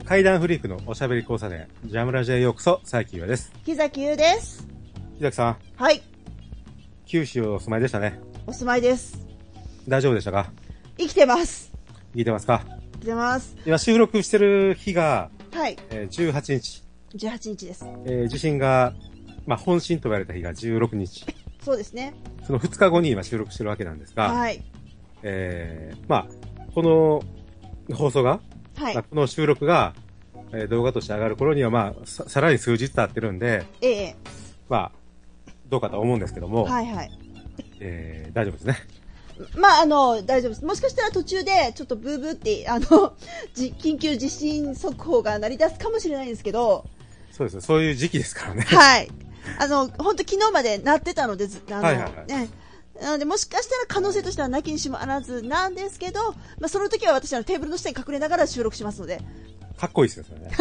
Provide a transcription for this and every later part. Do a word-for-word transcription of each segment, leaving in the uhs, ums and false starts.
怪談フリークのおしゃべり交差点、ジャムラジへようこそ、佐伯優です。 木崎優です。 木崎さん。 はい。 九州お住まいでしたね。 お住まいです。 大丈夫でしたか？ 生きてます。 生きてますか？ 生きてます。 今収録してる日が、 はい。 えー、じゅうはちにち。 じゅうはちにちです。 えー、地震が、まあ、本震と言われた日がじゅうろくにち。 そうですね。 そのふつかごに今収録してるわけなんですが、 はい。 えー、まあ、この放送が、 はい。 まあ、この収録が、えー、動画として上がる頃には、まあ、さ、さらに数日経ってるんで、 ええ。 まあ、どうかと思うんですけども、 はいはい。 えー、大丈夫ですね。 まあ、あの、大丈夫です。もしかしたら途中で、ちょっとブーブーって、あの、じ、緊急地震速報が鳴り出すかもしれないんですけど、 そうですね。そういう時期ですからね。 はい。あの、本当昨日まで鳴ってたので、ず、あの、 はいはいはい、 ね。なので、もしかしたら可能性としてはなきにしもあらずなんですけど、まあ、その時は私はテーブルの下に隠れながら収録しますので。 かっこいいですよ、それね。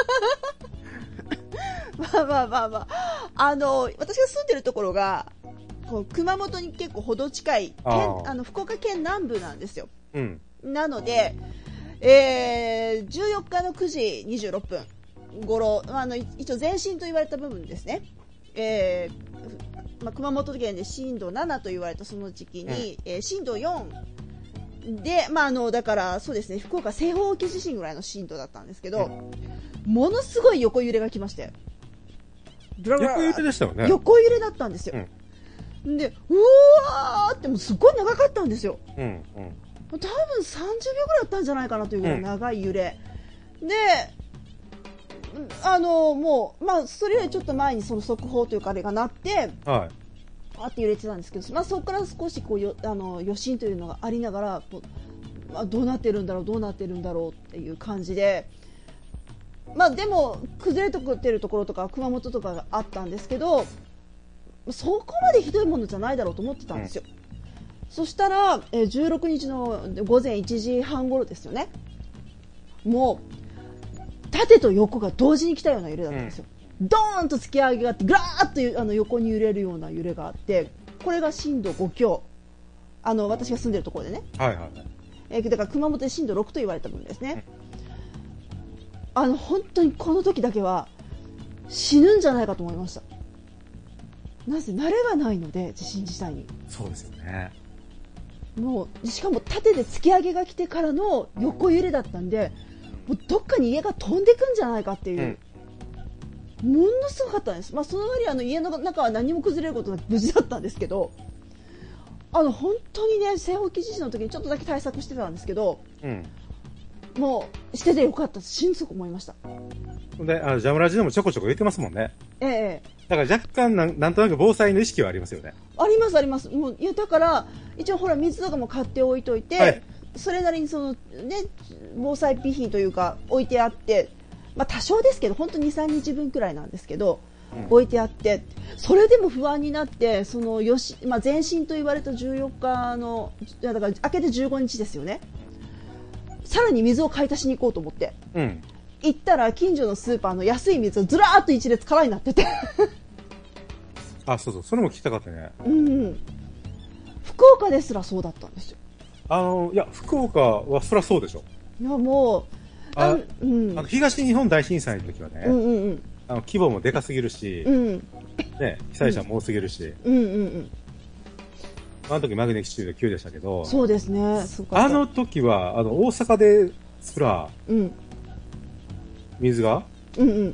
まあまあまあまあ。あの、私が住んでるところが、こう熊本に結構ほど近い、県、あの、福岡県南部なんですよ。 うん。なので、えー、じゅうよっかのくじにじゅうろっぷん頃、あの、一応前震と言われた部分ですね。えー、まあ、熊本県で震度ななと言われたその時期に、うん、えー、震度よんで、まあ、あの、だから、そうですね、福岡西方沖地震ぐらいの震度だったんですけど、うん、ものすごい横揺れが来まして。 横揺れでしたよね。 横揺れだったんですよ。うん、で、うわーってもうすっごい長かったんですよ。 うんうん、 多分さんじゅうびょうぐらいあったんじゃないかなというぐらい長い揺れ。うん、で、あの、もう、まあ、それよりちょっと前にその速報というかあれが鳴って、 はい。 あって揺れてたんですけど、まあ、そこから少しこうよ、あの、余震というのがありながら、こうまあ、どうなってるんだろう、どうなってるんだろうっていう感じで、まあ、でも、崩れてるところとか、熊本とかがあったんですけど、そこまでひどいものじゃないだろうと思ってたんですよ。うん、そしたら、えー、じゅうろくにちの午前いちじはん頃ですよね。もう、縦と横が同時に来たような揺れだったんですよ。うん、ドーンと突き上げがあって、ぐらーっとあの横に揺れるような揺れがあって、これが震度ごきょう。あの、私が住んでるところでね。 はいはい。 えー、だから熊本で震度ろくと言われた分ですね。うん、あの、本当にこの時だけは死ぬんじゃないかと思いました。なぜ慣れがないので、地震自体に。 そうですよね。 もう、しかも縦で突き上げが来てからの横揺れだったんで、もうどっかに家が飛んでくんじゃないかっていう、うん、ものすごかったんです。まあ、その割あの家の中は何も崩れることなく無事だったんですけど、あの本当にね、西方沖地震の時にちょっとだけ対策してたんですけど、うん、もうしててよかったです。心底思いました。 で、あのジャムラジでもちょこちょこ言ってますもんね。 ええ。 だから若干なん、なんとなく防災の意識はありますよね。 ありますあります。もういやだから一応ほら水とかも買っておいといて、はい、それなりにそのね防災備品というか置いてあって、まあ多少ですけど本当にさんにちぶんくらいなんですけど、うん、置いてあって、それでも不安になってそのよしまあ前震と言われたじゅうよっかのいやだから明けてじゅうごにちですよね。さらに水を買い足しに行こうと思って。うん、行ったら近所のスーパーの安い水がずらーっと一列空になっててあ、そうそう、それも聞きたかったね。 うん。福岡ですらそうだったんですよ。 あの、いや、福岡はそりゃそうでしょ。 いや、もう、 あ、うん、あの東日本大震災の時はね、うんうんうん、あの規模もでかすぎるし、うん、ね、被災者も多すぎるし、うんうんうん、あの時マグニチュードきゅうでしたけど、 そうですね。 あの時は、あの、大阪ですら、うん、水が、うんうん、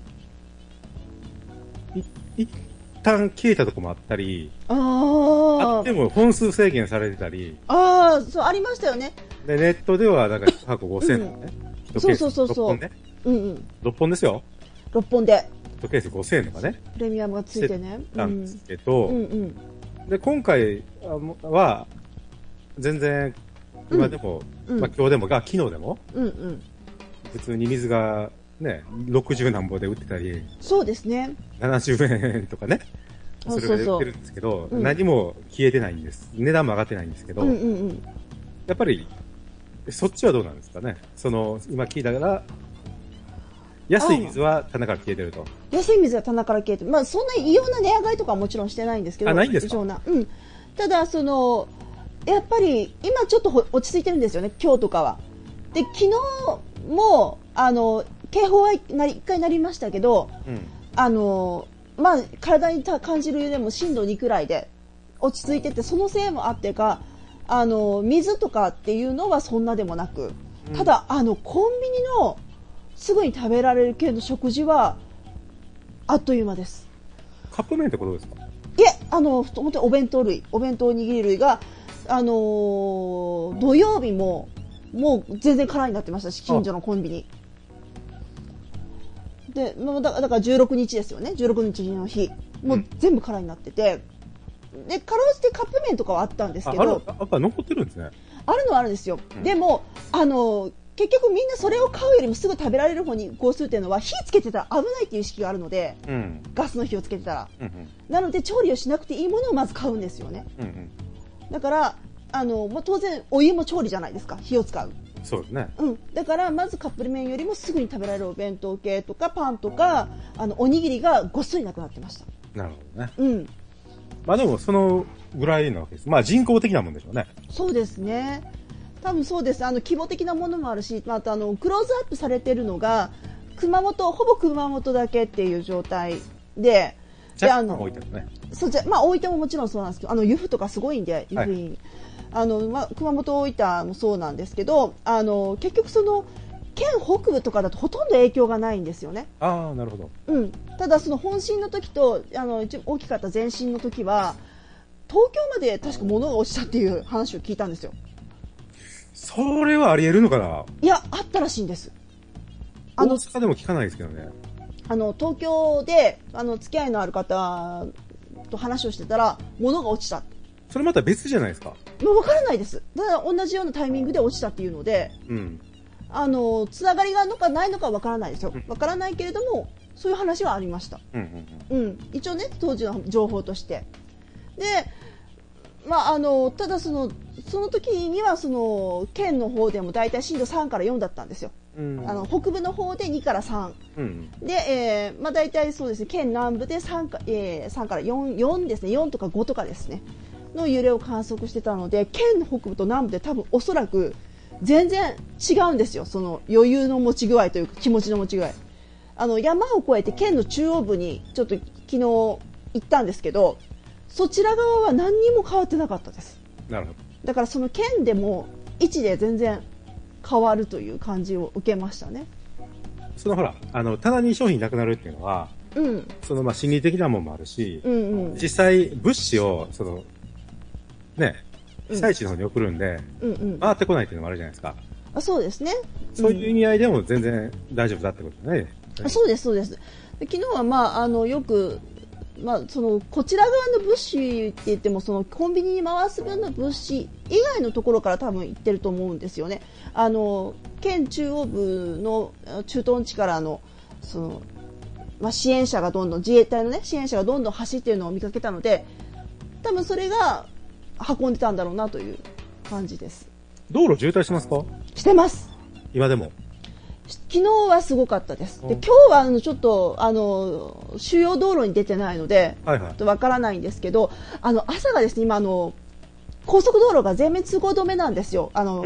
い、一旦消えたとこもあったり、ああっても本数制限されてたり、 ああ、そう、ありましたよね。 で、ネットでは、なんか、いちはこごせんのね、 うん、そうそうそうそう。 ろっぽんね。うんうん。ろっぽんですよ。 ろっぽんで。 いちケースごせんえんとかね。 プレミアムがついてね。 なんですけど、うんうん、で、今回は、全然、今でも、うん、まあ今日でも、が、昨日でも、うんうん、普通に水が、ね、ろくじゅうなんぼで売ってたり、 そうですね。 ななじゅうえんとかね、それで売ってるんですけど、そうそう、何も消えてないんです。値段も上がってないんですけど、うんうんうん、やっぱり、そっちはどうなんですかね。その、今聞いたから、安い水は棚から消えてると。 安い水は棚から消えてる。まあ、そんな異様な値上がりとかはもちろんしてないんですけど。 あ、ないんですか？ 異常な。うん。ただ、その、やっぱり、今ちょっと落ち着いてるんですよね、今日とかは。で、昨日も、あの、 警報はなりいっかい鳴りましたけど、 うん、 あのまあ、体に感じる揺れも震度にくらいで落ち着いてて、そのせいもあってか、あの水とかっていうのはそんなでもなく、うん、ただあのコンビニのすぐに食べられる系の食事はあっという間です。 カップ麺ってことですか？ いえ、あの本当にお弁当類、お弁当おにぎり類が、あのー、土曜日ももう全然空になってましたし、近所のコンビニで、だからじゅうろくにちですよね、じゅうろくにちの日もう全部空になってて、うん、でかろうじてカップ麺とかはあったんですけど、 あああ残ってるんですね。 あるのはあるんですよ、うん、でもあの結局みんなそれを買うよりもすぐ食べられる方に移行するっていうのは、火つけてたら危ないっていう意識があるので、うん、ガスの火をつけてたら、うんうん、なので調理をしなくていいものをまず買うんですよね、うんうん、だからあの、まあ、当然お湯も調理じゃないですか、火を使う。 そうですね、 うん、だからまずカップ麺よりもすぐに食べられるお弁当系とかパンとかあのおにぎりがごっそりなくなってました。 なるほどね、 うん、 まあでもそのぐらいなわけです。まあ人工的なもんでしょうね。 そうですね、多分そうです。あの規模的なものもあるし、またあのクローズアップされているのが熊本、ほぼ熊本だけっていう状態で、 であの大分ね、 そうじゃ、まあ大分ももちろんそうなんですけど、あの湯布とかすごいんで、湯布院、はい、あのまあ、熊本、大分もそうなんですけど、あの結局その県北部とかだとほとんど影響がないんですよね。 ああ、なるほど。 うん。ただその本震の時とあの一大きかった前震の時は東京まで確か物が落ちたっていう話を聞いたんですよ。 それはあり得るのかな。 いや、あったらしいんです。 あの大阪でも聞かないですけどね。 あの東京であの付き合いのある方と話をしてたら物が落ちた。 それまた別じゃないですか。 もう分からないです。だから同じようなタイミングで落ちたっていうので、うん、あのつながりがあるのかないのかは分からないですよ。分からないけれどもそういう話はありました。うんうんうんうん、一応ね、当時の情報としてで、まあ、あのただそのその時にはその県の方でもだいたい震度さんからよんだったんですよ。うん、あの北部の方でにからさん、うん、で、えーまあ、だいたいそうですね、県南部で 3, か、えー、さんからよん、よんですね、よんとかごとかですねの揺れを観測してたので、県の北部と南部で多分おそらく全然違うんですよ、その余裕の持ち具合というか気持ちの持ち具合。あの山を越えて県の中央部にちょっと昨日行ったんですけど、そちら側は何にも変わってなかったです。 なるほど。 だからその県でも位置で全然変わるという感じを受けましたね。 そのほらあの棚に商品なくなるっていうのは、うん、そのまあ心理的なものもあるし、うんうん、実際物資をそのね被災地の方に送るんで、うんうん、回ってこないっていうのもあるじゃないですか。 あ、そうですね。 そういう意味合いでも全然大丈夫だってことね。 うん、あ、そうですそうです。で昨日はまああのよくまあ、そのこちら側の物資って言ってもそのコンビニに回す分の物資以外のところから多分行ってると思うんですよね。あの県中央部の駐屯地からのその、まあ、支援者がどんどん自衛隊の、ね、支援者がどんどん走っているのを見かけたので、多分それが運んでたんだろうなという感じです。 道路渋滞してますか？ してます。 今でも。 昨日はすごかったです。で、今日はあのちょっとあの主要道路に出てないので、はいはい、ちょっとわからないんですけど、あの朝がですね、今あの高速道路が全面通行止めなんですよ。あの、うん、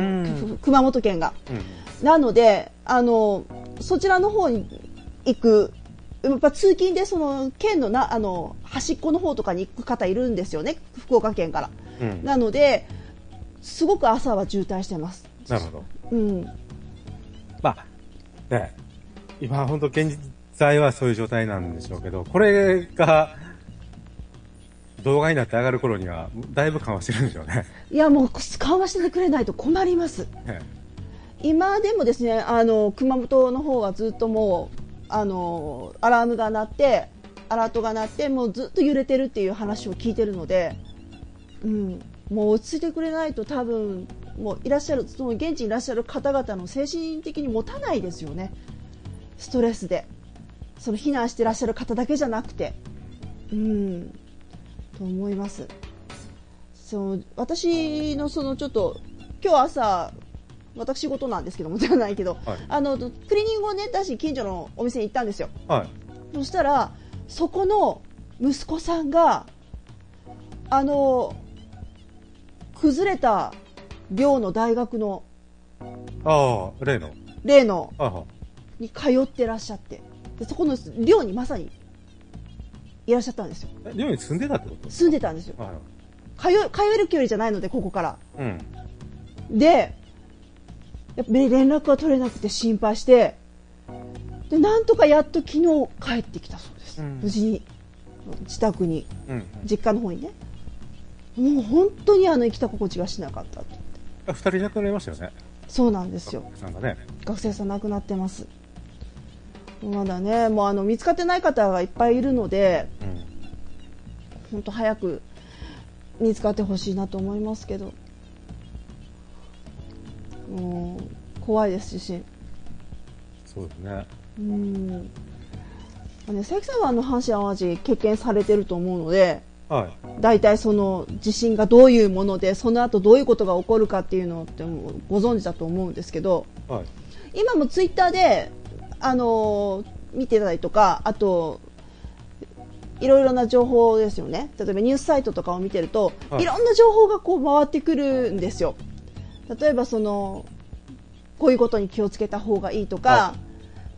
熊本県が、うん、なのであのそちらの方に行く、やっぱ通勤でその県のなあの端っこの方とかに行く方いるんですよね、福岡県から。うん、なのですごく朝は渋滞してます。 なるほど。 うん。 まあ。ね、今本当現在はそういう状態なんでしょうけど、これが動画になって上がる頃にはだいぶ緩和してるんでしょうね。 いやもう緩和してくれないと困ります。ね、今でもですね、あの熊本の方はずっともうあのアラームが鳴ってアラートが鳴ってもうずっと揺れてるっていう話を聞いてるので、うん、もう落ち着いてくれないと多分もういらっしゃるその現地にいらっしゃる方々の精神的に持たないですよね。ストレスでその避難していらっしゃる方だけじゃなくて、うんと思います。そう私のそのちょっと今日朝私事なんですけどもじゃないけど、はい、あのクリーニングをね出し近所のお店に行ったんですよ。はい、そしたらそこの息子さんがあの崩れた寮の大学のああ例の例のに通ってらっしゃって、でそこの寮にまさにいらっしゃったんですよ。 寮に住んでたってこと？ 住んでたんですよ。通通える距離じゃないので、ここから。うん、で、やっぱり連絡が取れなくて心配して、でなんとかやっと昨日帰ってきたそうです。うん、無事に自宅に、うん、実家の方にね。もう本当にあの生きた心地がしなかったって言って。ふたり亡くなりましたよね。 そうなんですよ。 学生さんがね。 学生さん亡くなってます。まだね、もうあの見つかってない方がいっぱいいるので、うん、本当早く見つかってほしいなと思いますけど、もう怖いですし。 そうですね。 うん。ね、佐伯さんはあの阪神・淡路経験されてると思うので、はい、だいたいその地震がどういうもので、その後どういうことが起こるかっていうのってもご存知だと思うんですけど、はい、今もツイッターであの見てたりとか、あといろいろな情報ですよね。例えばニュースサイトとかを見てると、はい、いろんな情報がこう回ってくるんですよ。例えばそのこういうことに気をつけた方がいいとか、はい、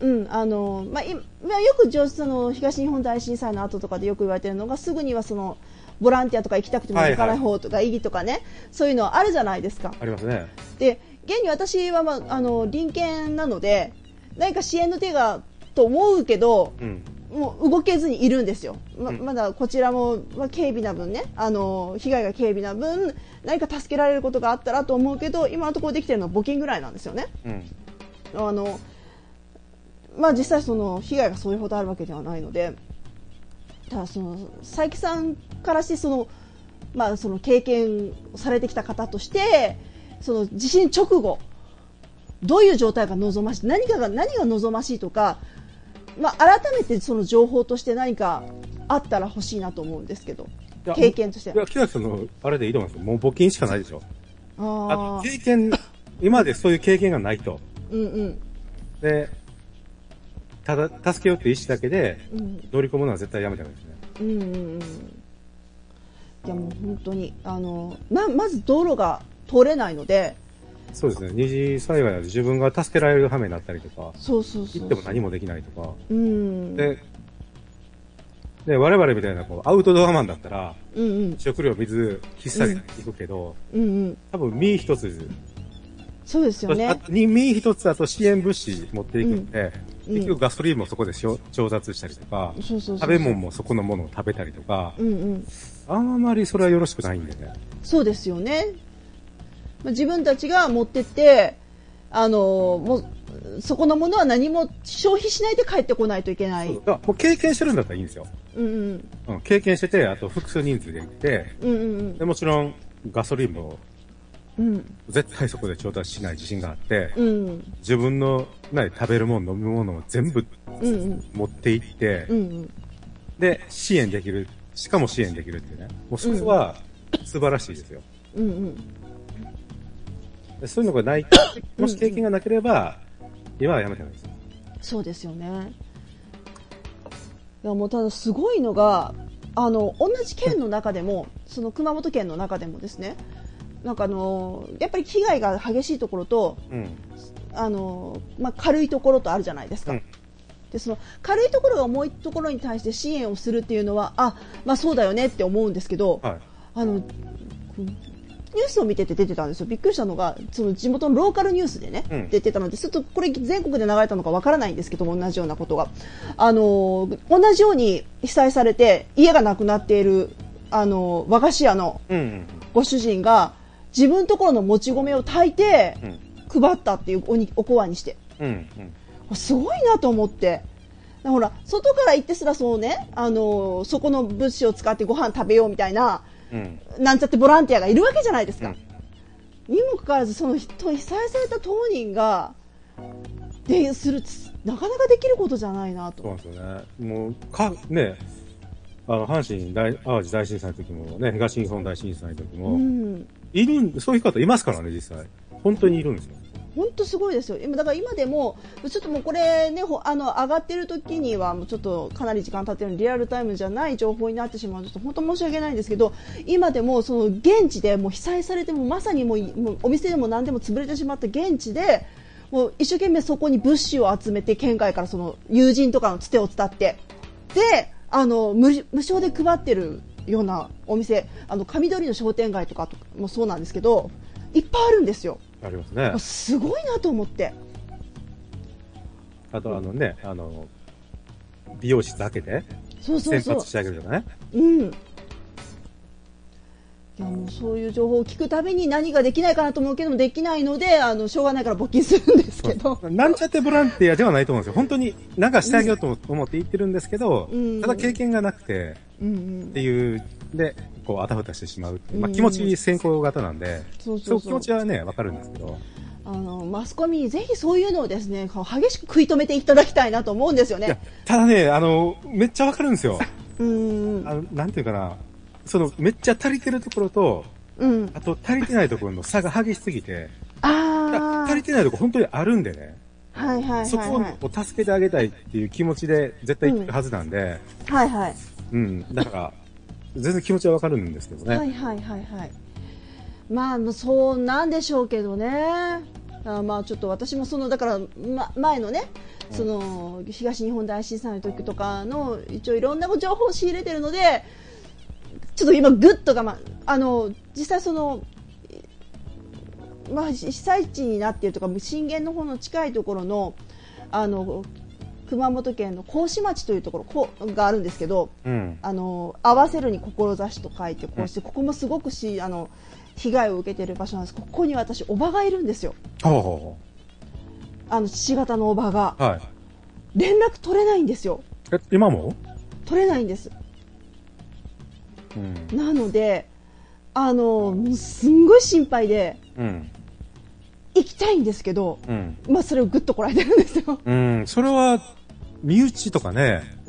うん、あのまあ、よくその東日本大震災の後とかでよく言われているのが、すぐにはそのボランティアとか行きたくても行かない方とか、はいはい、意義とかね、そういうのあるじゃないですか。 ありますね。 で、現に私は、まあ、あの隣県なので何か支援の手がと思うけど、うん、もう動けずにいるんですよ。ま, まだこちらも、まあ、軽微な分ね、あの被害が軽微な分何か助けられることがあったらと思うけど、今のところできているのは募金ぐらいなんですよね。うん、あのまあ、実際その被害がそれほどあるわけではないので、ただその佐伯さんからしてその、まあ、その経験されてきた方として、その地震直後どういう状態が望ましい、何かが何が望ましいとか、まあ、改めてその情報として何かあったら欲しいなと思うんですけど、経験として。 いや、木崎さんのあれでいいと思いますよ。もう募金しかないでしょ。ああ、経験、今までそういう経験がないと。うんうん。で、ただ助けようっていう意思だけで乗り込むのは絶対やめた方がいいですね。うんうんうん。いやもう本当にあの ま, まず道路が通れないので。 そうですね。二次災害は自分が助けられる羽目になったりとか、そうそうそうそう、行っても何もできないとか。うん。で、で我々みたいなこうアウトドアマンだったら、うんうん、食料水ひっさり行くけど、うんうんうん、多分身一つ。 そうですよね。 あ身一つあと支援物資持っていくんで。うん、結局ガソリンもそこで調達したりとか、そうそうそうそう、食べ物もそこのものを食べたりとか、うんうん、あんまりそれはよろしくないんでね。 そうですよね。自分たちが持ってって、あのもうそこのものは何も消費しないで帰ってこないといけない。 そうだ、もう経験してるんだったらいいんですよ。うんうんうん、経験してて、あと複数人数で行って、うんうんうん、でもちろんガソリンもうん、絶対そこで調達しない自信があって、うん、自分の、ね、食べるもの飲み物を全部、うんうん、持って行って、うんうん、で支援できる、しかも支援できるってね、もうそれは素晴らしいですよ。うんうん、そういうのがない、もし経験がなければ、うんうん、今はやめてないです。 そうですよね。いやもうただすごいのが、あの同じ県の中でも、その熊本県の中でもですね。なんかあのー、やっぱり被害が激しいところと、うん、あのーまあ、軽いところとあるじゃないですか、うん、でその軽いところが重いところに対して支援をするっていうのはあ、まあ、そうだよねって思うんですけど、はい、あのニュースを見てて出てたんですよ。びっくりしたのがその地元のローカルニュースでね、うん、出てたのでちょっとこれ全国で流れたのかわからないんですけども、同じようなことが、あのー、同じように被災されて家がなくなっている、あのー、和菓子屋のご主人が自分のところのもち米を炊いて配ったっていう お, におこわにして、うんうん、すごいなと思って、ほら外から行ってすらそう、ね、あのそこの物資を使ってご飯食べようみたいな、うん、なんちゃってボランティアがいるわけじゃないですか、うん、にもかかわらずその被災された当人がでするなかなかできることじゃないなと。 そうなんですよね。もうかねあの阪神大淡路大震災の時もね、東日本大震災の時も、うん、いるそういう方いますからね、実際本当にいるんですよ。 本当すごいですよ。今だから今でもちょっともうこれね、あの上がってる時にはもうちょっとかなり時間経ってるのでリアルタイムじゃない情報になってしまうと本当申し訳ないんですけど、今でもその現地でもう被災されてもまさにもう、もうお店でも何でも潰れてしまった現地でもう一生懸命そこに物資を集めて、県外からその友人とかのつてを伝って、で、あの、無、無償で配ってるようなお店、あの、上通りの商店街とかもそうなんですけど、いっぱいあるんですよ。 ありますね。 すごいなと思って。 あとあのね、あの、美容室開けて、 そうそうそう。 洗髪してあげるとかね。 うん。いやもうそういう情報を聞くたびに何ができないかなと思うけどもできないので、あのしょうがないから募金するんですけど、 なんちゃってボランティアではないと思うんですよ。本当になんかしてあげようと思って言ってるんですけど、うん、ただ経験がなくて、うんうん、っていうでこうあたふたしてしまうっていう、まあ、気持ち先行型なんで、そうそうそう、そう気持ちはねわかるんですけど、 あのマスコミにぜひそういうのをですね激しく食い止めていただきたいなと思うんですよね。いやただね、あのめっちゃわかるんですよ。 うん、 あのなんていうかな、そのめっちゃ足りてるところと、うん、あと足りてないところの差が激しすぎて、あ足りてないところ本当にあるんでね、 はいはいはいはい、 そこを助けてあげたいっていう気持ちで絶対行くはずなんで、 うん、はいはい、 うん、だから全然気持ちはわかるんですけどね。 はいはいはいはい。まあそうなんでしょうけどね。あまあちょっと私もそのだから、ま、前のね、その東日本大震災の時とかの一応いろんな情報を仕入れてるので。ちょっと今グッと我慢、あの実際その、まあ、被災地になっているとか震源の方の近いところの、あの熊本県の合志町というところこがあるんですけど、うん、あの合わせるに志と書いてこうして、うん、ここもすごくしあの被害を受けている場所なんです。ここに私おばがいるんですよ。 ほうあの父方のおばが、 はい、 連絡取れないんですよ。 え今も取れないんです。うん、なのであのもうすんごい心配で、うん、行きたいんですけど、うん、まあそれをぐっとこらえてるんですよ。 うん、それは身内とかね、うん、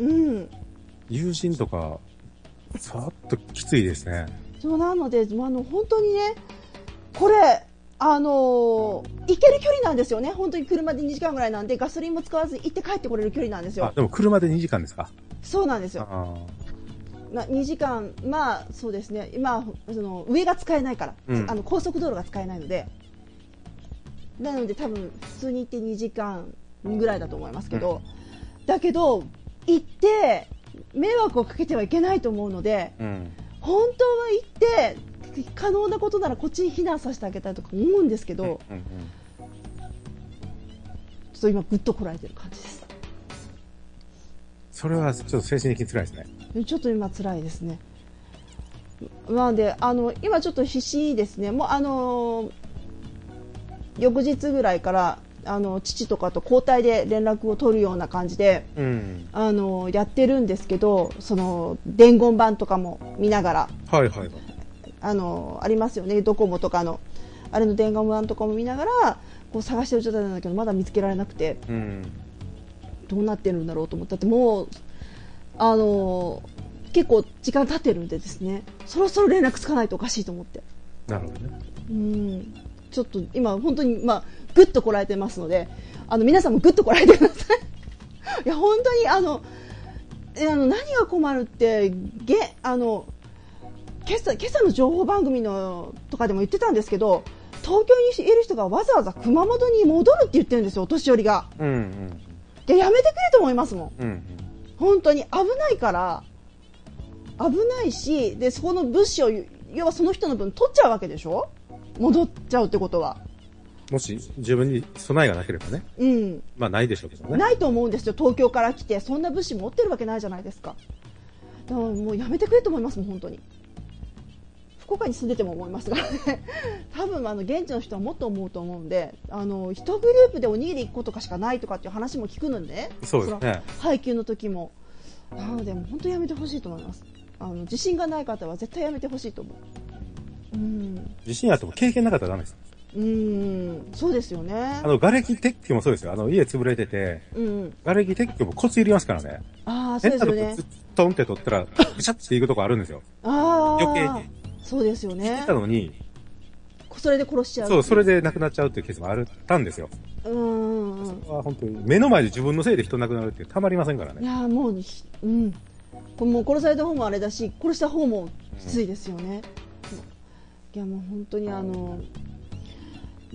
友人とかさっときついですね。 そうなので、まあ、あの本当にねこれあの行ける距離なんですよね。本当に車でにじかんぐらいなんでガソリンも使わずに行って帰ってこれる距離なんですよ。 あでも車でにじかんですか。 そうなんですよ。あにじかん、まあそうですね、今その上が使えないから、うん、あの高速道路が使えないので、なので多分普通に行ってにじかんぐらいだと思いますけど、うん、だけど行って迷惑をかけてはいけないと思うので、うん、本当は行って可能なことならこっちに避難させてあげたいとか思うんですけど、うんうんうん、ちょっと今ぐっとこらえてる感じです。 それはちょっと精神的に辛いですね。 ちょっと今辛いですね。なのであの今ちょっと必死ですね。もうあの翌日ぐらいからあの父とかと交代で連絡を取るような感じで、うん、あのやってるんですけど、その伝言板とかも見ながら、 はいはいはい、 あのありますよね、ドコモとかのあれの伝言板とかも見ながらこう探してる状態なんだけどまだ見つけられなくて、うん、どうなってるんだろうと思ったって、もうあの結構時間経ってるんでですね、そろそろ連絡つかないとおかしいと思って。 なるほどね。 うん、ちょっと今本当にまあグッとこらえてますので、あの皆さんもグッとこらえてください。いや本当にあのあの何が困るってげあの今朝今朝の情報番組のとかでも言ってたんですけど、東京にいる人がわざわざ熊本に戻るって言ってるんですよ、お年寄りが。うんうん、でやめてくれと思いますもん。うんうん、本当に危ないから危ないし、でそこの物資を要はその人の分取っちゃうわけでしょ、戻っちゃうってことは。 もし自分に備えがなければね、うん、まあないでしょうけどね。 ないと思うんですよ。東京から来てそんな物資持ってるわけないじゃないですか。だからもうやめてくれと思いますもん。本当に福岡に住んでても思いますがね。多分あの現地の人はもっと思うと思うんで、あの一グループでおにぎりいっことかしかないとかっていう話も聞くのでね。 そうですね。 配給の時もなのでもう本当やめてほしいと思います。あの自信がない方は絶対やめてほしいと思う。うん、 自信あっても経験なかったらダメです。 うーん、そうですよね。 あの、瓦礫撤去もそうですよ。あの、家潰れてて、うん、瓦礫撤去もコツいりますからね。 ああ、そうですよね。 トンって取ったら、ぐしゃっていくとこあるんですよ。ああ。余計に。 そうですよね。 来てたのに、 それで殺しちゃう。 そう、それで亡くなっちゃうっていうケースもあったんですよ。うん。それは本当に、目の前で自分のせいで人亡くなるってたまりませんからね。 いや、もう、うん。もう殺された方もあれだし、殺した方もきついですよね。うん、いや、もう本当にあの、もう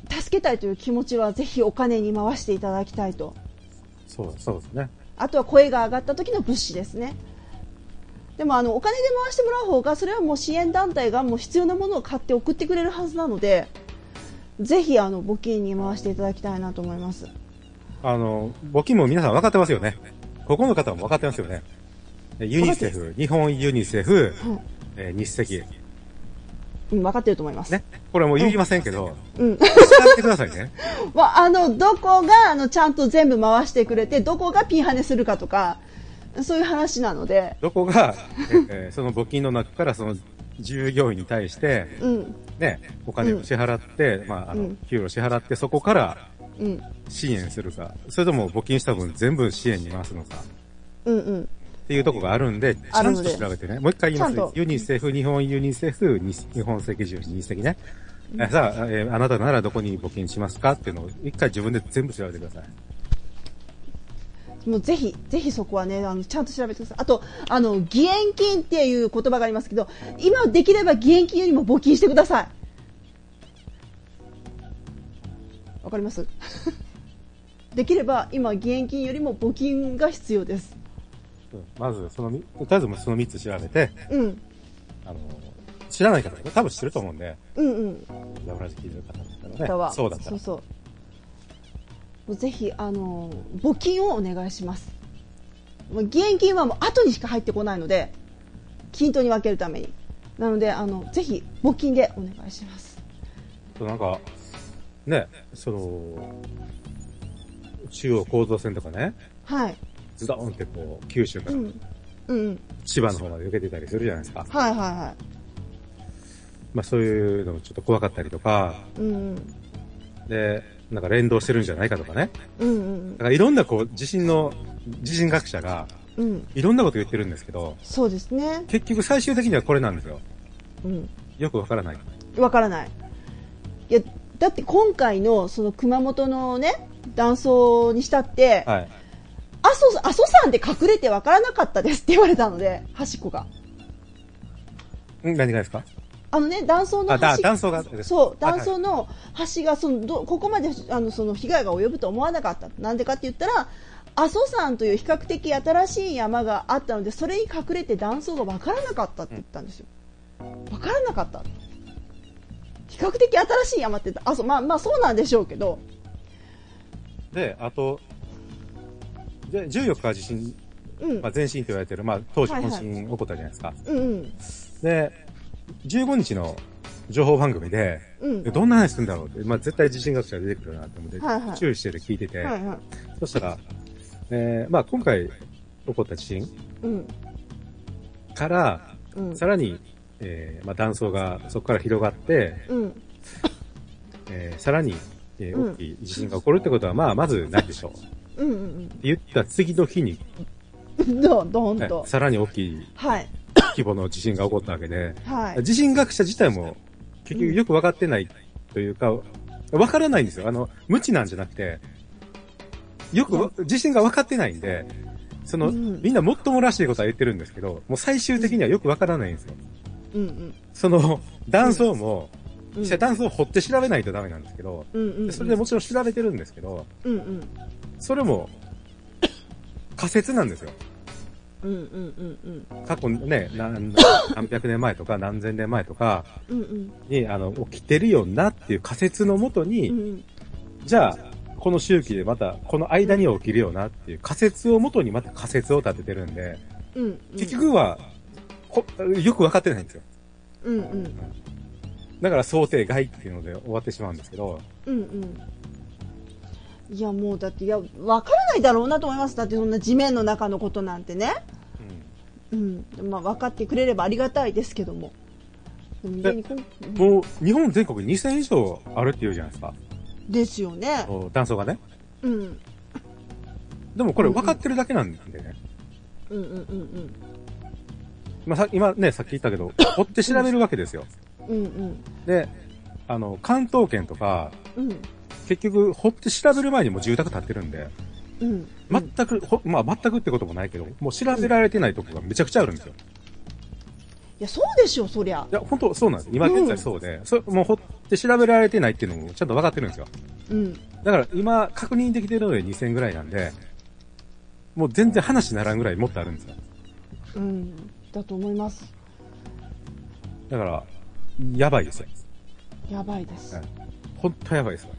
助けたいという気持ちはぜひお金に回していただきたいと。 そうそうですね。 あとは声が上がった時の物資ですね。でもあのお金で回してもらう方が、それはもう支援団体がもう必要なものを買って送ってくれるはずなので、ぜひあの募金に回していただきたいなと思います。 あの募金も皆さん分かってますよね。ここの方も分かってますよね。ユニセフ、日本ユニセフ、うん、えー、日赤。 うん、分かってると思います。ね。 これはもう言いませんけど、うん。使ってくださいね。 まあ、あの、どこが、あの、ちゃんと全部回してくれて、どこがピンハネするかとか、そういう話なので。 どこが、えー、その募金の中からその従業員に対して、うん、ね、お金を支払って、うん、まあ、あの、給与を支払って、そこから、支援するか、うん、それとも募金した分全部支援に回すのか。うんうん。っていうところがあるんで、ちゃんと調べてね。もう一回言います。ユニセフ、日本ユニセフ、日本赤十字、日赤ね。うん、さあ、えー、あなたならどこに募金しますかっていうのを一回自分で全部調べてください。 もうぜひ、ぜひそこはね、あの、ちゃんと調べてください。あと、あの、義援金っていう言葉がありますけど、今できれば義援金よりも募金してください。わかりますできれば、今、義援金よりも募金が必要です。 まず、その、とりあえずそのみっつ調べて、うん。あの、知らない方多分知ってると思うんで、うんうん。ラブラジ聞いてる方だったらね。そうだったら。そうそう。 ぜひ、あの、募金をお願いします。義援金はもう後にしか入ってこないので、均等に分けるために。なので、あの、ぜひ、募金でお願いします。 なんか、ね、その、中央構造線とかね。はい。ズドーンってこう、九州から、うんうん、千葉の方まで受けてたりするじゃないですか。はいはいはい。まあそういうのもちょっと怖かったりとか、うんうん、で、なんか連動してるんじゃないかとかね。うんうん、だからいろんなこう、地震の、地震学者が、うん、いろんなこと言ってるんですけど、 そうですね。 結局最終的にはこれなんですよ。うん、よくわからない。 わからない。いや、だって今回のその熊本のね、断層にしたって、はい、阿蘇、阿蘇山で隠れてわからなかったですって言われたので、端っこが。 ん何がですか？ あのね、断層の橋。断層が。 そう、断層の橋が、その、ど、ここまで、あの、その、被害が及ぶと思わなかった。なんでかって言ったら、阿蘇山という比較的新しい山があったので、それに隠れて断層がわからなかったって言ったんですよ。わからなかった。比較的新しい山って言ったら、あ、そう、まあ、まあ、そうなんでしょうけど。 で、あと、で、じゅうよっか地震、うん、まあ前震と言われてる、まあ当時本震起こったじゃないですか。はいはい、うんうん、で、じゅうごにちの情報番組で、うん、どんな話するんだろうって、まあ絶対地震学者が出てくるなって思って、はいはい、注意してて聞いてて、はいはい、そしたら、えー、まあ今回起こった地震、うん、から、うん、さらに、えー、まあ断層がそこから広がって、うん、えー、さらに、えー、大きい地震が起こるってことは、まあまずないでしょう。うんうんうん、言った次の日に、 どんどんと、 さらに大きい規模の地震が起こったわけで、はい、地震学者自体も結局よく分かってないというか、分からないんですよ。あの、無知なんじゃなくて、よく地震が分かってないんで、その、うん、みんなもっともらしいことは言ってるんですけど、もう最終的にはよく分からないんですよ。うんうん、その、断層も、うん、断層を掘って調べないとダメなんですけど、うんうんうん、それでもちろん調べてるんですけど、うんうん、それも仮説なんですよ。うんうんうんうん、過去ね、何、何百年前とか何千年前とかに、うんうん、あの、起きてるよなっていう仮説のもとに、うんうん、じゃあ、この周期でまた、この間に起きるよなっていう仮説をもとにまた仮説を立ててるんで、うんうん、結局はこ、よくわかってないんですよ。うんうん、だから想定外っていうので終わってしまうんですけど、うんうん、 いやもうだっていや分からないだろうなと思います。だってそんな地面の中のことなんてね、うんうん、まあ、分かってくれればありがたいですけども、 でもう日本全国にせん以上あるっていうじゃないですか。 ですよね。 断層がね、うん、でもこれ分かってるだけなんでね、うんうんうんうん、まあ、さ今ねさっき言ったけど追って調べるわけですよ。うんうん、で、あの、関東圏とか、うん、結局、掘って調べる前にもう住宅建ってるんで、うん、全く、ほまあ全くってこともないけど、もう調べられてないとこがめちゃくちゃあるんですよ。 や、そうでしょ、そりゃ。 いや、本当そうなんです。今現在そうで、うん、そもうほって調べられてないっていうのもちゃんと分かってるんですよ。うん。だから今確認できてるのでにせんぐらいなんで、もう全然話にならんぐらいもっとあるんですよ。 うん。だと思います。 だから、やばいですよ。 やばいです。 本当やばいですよ。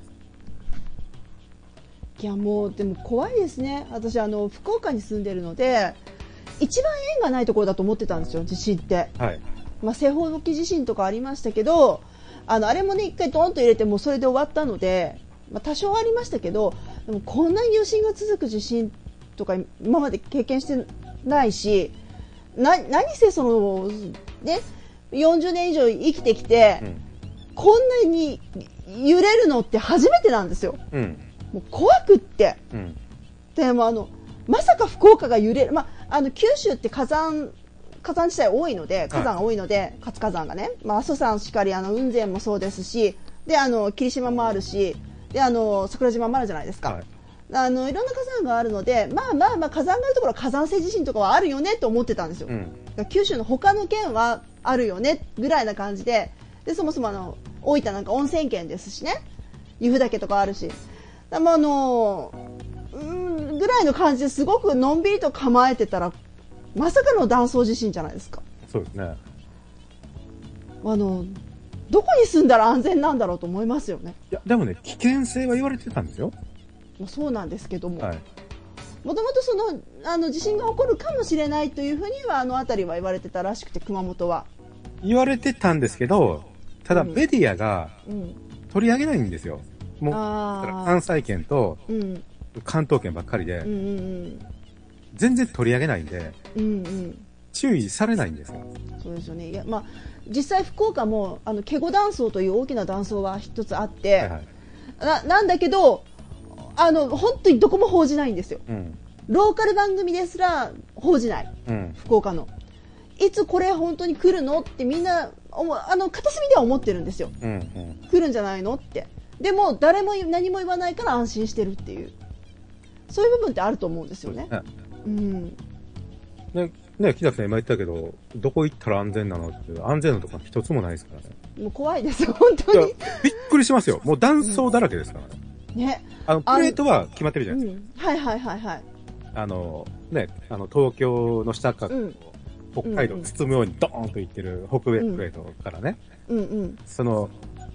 いや、もう、でも怖いですね。私、あの、福岡に住んでるので、一番縁がないところだと思ってたんですよ、地震って。はい。まあ、西方沖地震とかありましたけど、あの、あれもね、一回ドーンと入れてもそれで終わったので、まあ、多少ありましたけど、でもこんなに余震が続く地震とか今まで経験してないし、な、何せその、ね、よんじゅうねん以上生きてきて、うん、こんなに揺れるのって初めてなんですよ。うん、もう怖くって。うん、でもあの、まさか福岡が揺れる。まあ、あの、九州って火山、火山地帯多いので、火山が多いので、活火山がね、まあ、阿蘇山しかり、あの、雲仙もそうですし、で、あの、霧島もあるし、で、あの、桜島もあるじゃないですか。はい、あの、いろんな火山があるので、まあまあまあ、火山があるところは火山性地震とかはあるよねと思ってたんですよ。うん、九州の他の県はあるよね、ぐらいな感じで、で、そもそもあの、大分なんか温泉県ですしね、由布岳とかあるし、でもあの、うん、ぐらいの感じですごくのんびりと構えてたら、まさかの断層地震じゃないですか。 そうですね。 あの、どこに住んだら安全なんだろうと思いますよね。 いや、でもね、危険性は言われてたんですよ。 そうなんですけども。はい。もともとその、あの、地震が起こるかもしれないというふうには、あの辺りは言われてたらしくて、熊本は。 言われてたんですけど、ただメディアが取り上げないんですよ。うん、もう、関西圏と関東圏ばっかりで、うんうんうん、全然取り上げないんで、うんうん、注意されないんですよ。 そうですよね。いや、まあ、実際福岡も、あの、華厳断層という大きな断層は一つあって、はいはい、な、なんだけど、あの、本当にどこも報じないんですよ。うん、ローカル番組ですら報じない。うん、福岡の。いつこれ本当に来るのってみんな、あの、片隅では思ってるんですよ。うんうん、来るんじゃないのって。でも、誰も何も言わないから安心してるっていう。そういう部分ってあると思うんですよね。うん。 ね、ね、木崎さん今言ったけど、どこ行ったら安全なのって、安全なとこ一つもないですからね。 もう怖いです、本当に。 びっくりしますよ。もう断層だらけですからね。うん、ね。あの、プレートは決まってるじゃないですか。うん、はいはいはいはい。あの、ね、あの、東京の下から、うん、北海道を包むようにドーンと行ってる北米プレートからね。うんうん。その、